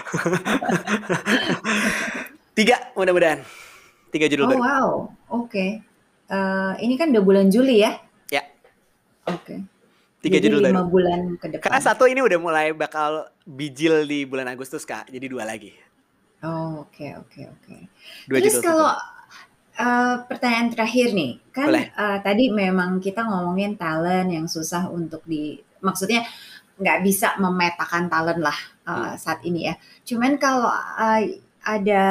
3 mudah-mudahan. 3 judul baru. Wow, oke. Ini kan udah bulan Juli ya? Ya. Oke. 3 Jadi judul 5 baru. bulan ke depan. Karena 1 ini udah mulai bakal bijil di bulan Agustus Kak, jadi 2 lagi. Oke. 2 Terus judul kalau pertanyaan terakhir nih, kan tadi memang kita ngomongin talent yang susah untuk maksudnya nggak bisa memetakan talent lah saat ini ya. Cuman kalau ada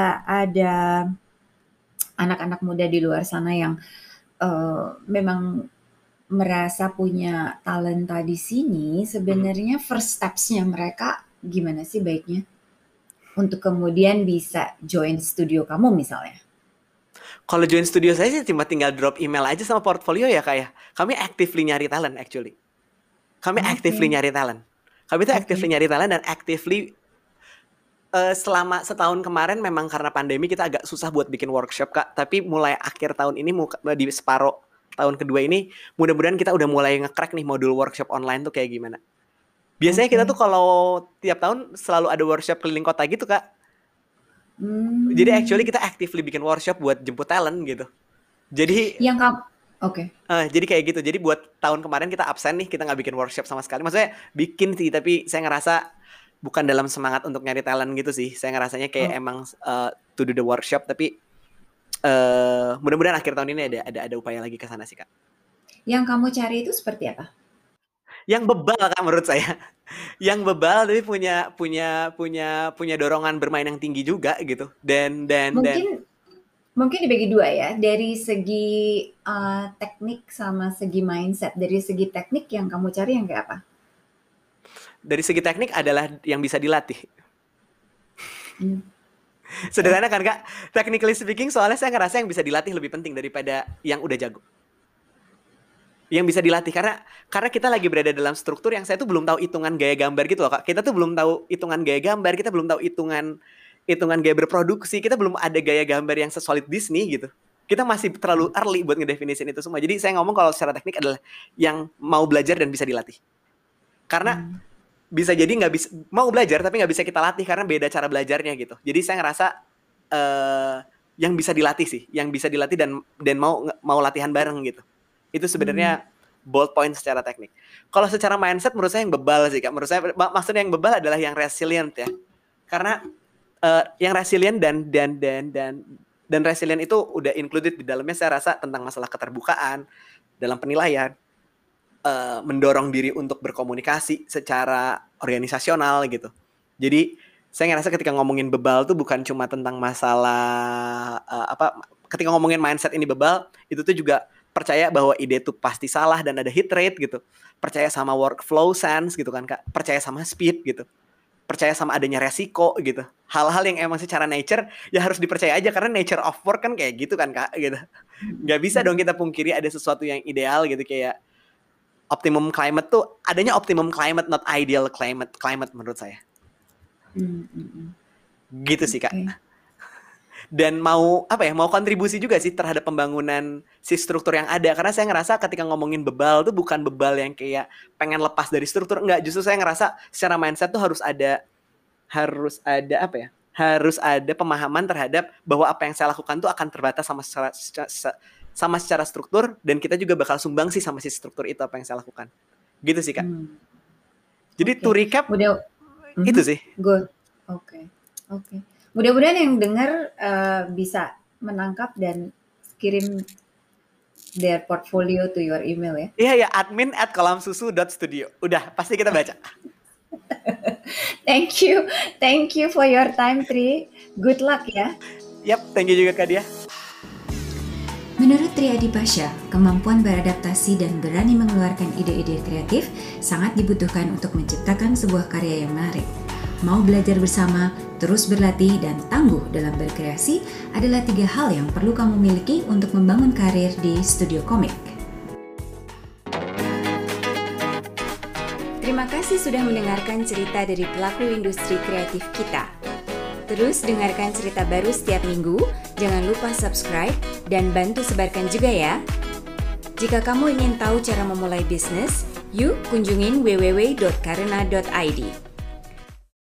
anak-anak muda di luar sana yang memang merasa punya talenta di sini, sebenarnya first steps-nya mereka gimana sih baiknya untuk kemudian bisa join studio kamu misalnya? Kalau join studio saya sih cuma tinggal drop email aja sama portfolio ya Kak ya. Kami actively nyari talent actually. Kami actively nyari talent. Kami tuh actively nyari talent dan actively selama setahun kemarin memang karena pandemi kita agak susah buat bikin workshop Kak. Tapi mulai akhir tahun ini di separuh tahun kedua ini mudah-mudahan kita udah mulai nge-crack nih modul workshop online tuh kayak gimana. Biasanya kita tuh kalau tiap tahun selalu ada workshop keliling kota gitu Kak. Jadi actually kita actively bikin workshop buat jemput talent gitu. Jadi yang jadi kayak gitu. Jadi buat tahun kemarin kita absen nih, kita nggak bikin workshop sama sekali. Maksudnya bikin sih, tapi saya ngerasa bukan dalam semangat untuk nyari talent gitu sih. Saya ngerasanya kayak emang to do the workshop. Tapi mudah-mudahan akhir tahun ini ada upaya lagi ke sana sih Kak. Yang kamu cari itu seperti apa? Yang bebal Kak menurut saya. Yang bebal tapi punya dorongan bermain yang tinggi juga gitu. Dan mungkin dibagi 2 ya, dari segi teknik sama segi mindset. Dari segi teknik yang kamu cari yang kayak apa? Dari segi teknik adalah yang bisa dilatih. Sederhana kan Kak? Technically speaking, soalnya saya ngerasa yang bisa dilatih lebih penting daripada yang udah jago. Yang bisa dilatih karena kita lagi berada dalam struktur yang saya tuh belum tahu hitungan gaya gambar gitu loh Kak. Kita tuh belum tahu hitungan gaya gambar, kita belum tahu hitungan gaya berproduksi, kita belum ada gaya gambar yang sesolid Disney gitu. Kita masih terlalu early buat ngedefinisin itu semua. Jadi saya ngomong kalau secara teknik adalah yang mau belajar dan bisa dilatih. Karena bisa jadi nggak bisa mau belajar tapi nggak bisa kita latih karena beda cara belajarnya gitu. Jadi saya ngerasa yang bisa dilatih sih, yang bisa dilatih dan mau latihan bareng gitu. Itu sebenarnya bold point secara teknik. Kalau secara mindset menurut saya yang bebal sih Kak. Menurut saya maksudnya yang bebal adalah yang resilient ya. Karena yang resilient dan resilient itu udah included di dalamnya saya rasa tentang masalah keterbukaan dalam penilaian, mendorong diri untuk berkomunikasi secara organisasional gitu. Jadi saya ngerasa ketika ngomongin bebal tuh bukan cuma tentang masalah ketika ngomongin mindset ini bebal, itu tuh juga percaya bahwa ide itu pasti salah dan ada hit rate gitu. Percaya sama workflow sense gitu kan Kak. Percaya sama speed gitu. Percaya sama adanya resiko gitu. Hal-hal yang emang secara nature ya harus dipercaya aja karena nature of work kan kayak gitu kan Kak gitu. Gak bisa dong kita pungkiri ada sesuatu yang ideal gitu kayak optimum climate tuh adanya optimum climate not ideal climate menurut saya. Gitu sih Kak. Dan mau kontribusi juga sih terhadap pembangunan si struktur yang ada karena saya ngerasa ketika ngomongin bebal tuh bukan bebal yang kayak pengen lepas dari struktur, enggak, justru saya ngerasa secara mindset tuh harus ada pemahaman terhadap bahwa apa yang saya lakukan tuh akan terbatas sama secara struktur dan kita juga bakal sumbang sih sama si struktur itu apa yang saya lakukan. Gitu sih Kak. Jadi to recap itu sih. Good. Oke. Mudah-mudahan yang dengar bisa menangkap dan kirim their portfolio to your email ya. Iya, admin@kolamsusu.studio. Udah, pasti kita baca. Thank you for your time, Tri. Good luck ya. Yap, thank you juga Kak Dia. Menurut Tri Adipasya, kemampuan beradaptasi dan berani mengeluarkan ide-ide kreatif sangat dibutuhkan untuk menciptakan sebuah karya yang menarik. mau belajar bersama, terus berlatih, dan tangguh dalam berkreasi adalah 3 hal yang perlu kamu miliki untuk membangun karir di studio komik. Terima kasih sudah mendengarkan cerita dari pelaku industri kreatif kita. Terus dengarkan cerita baru setiap minggu, jangan lupa subscribe dan bantu sebarkan juga ya. Jika kamu ingin tahu cara memulai bisnis, yuk kunjungin www.karena.id.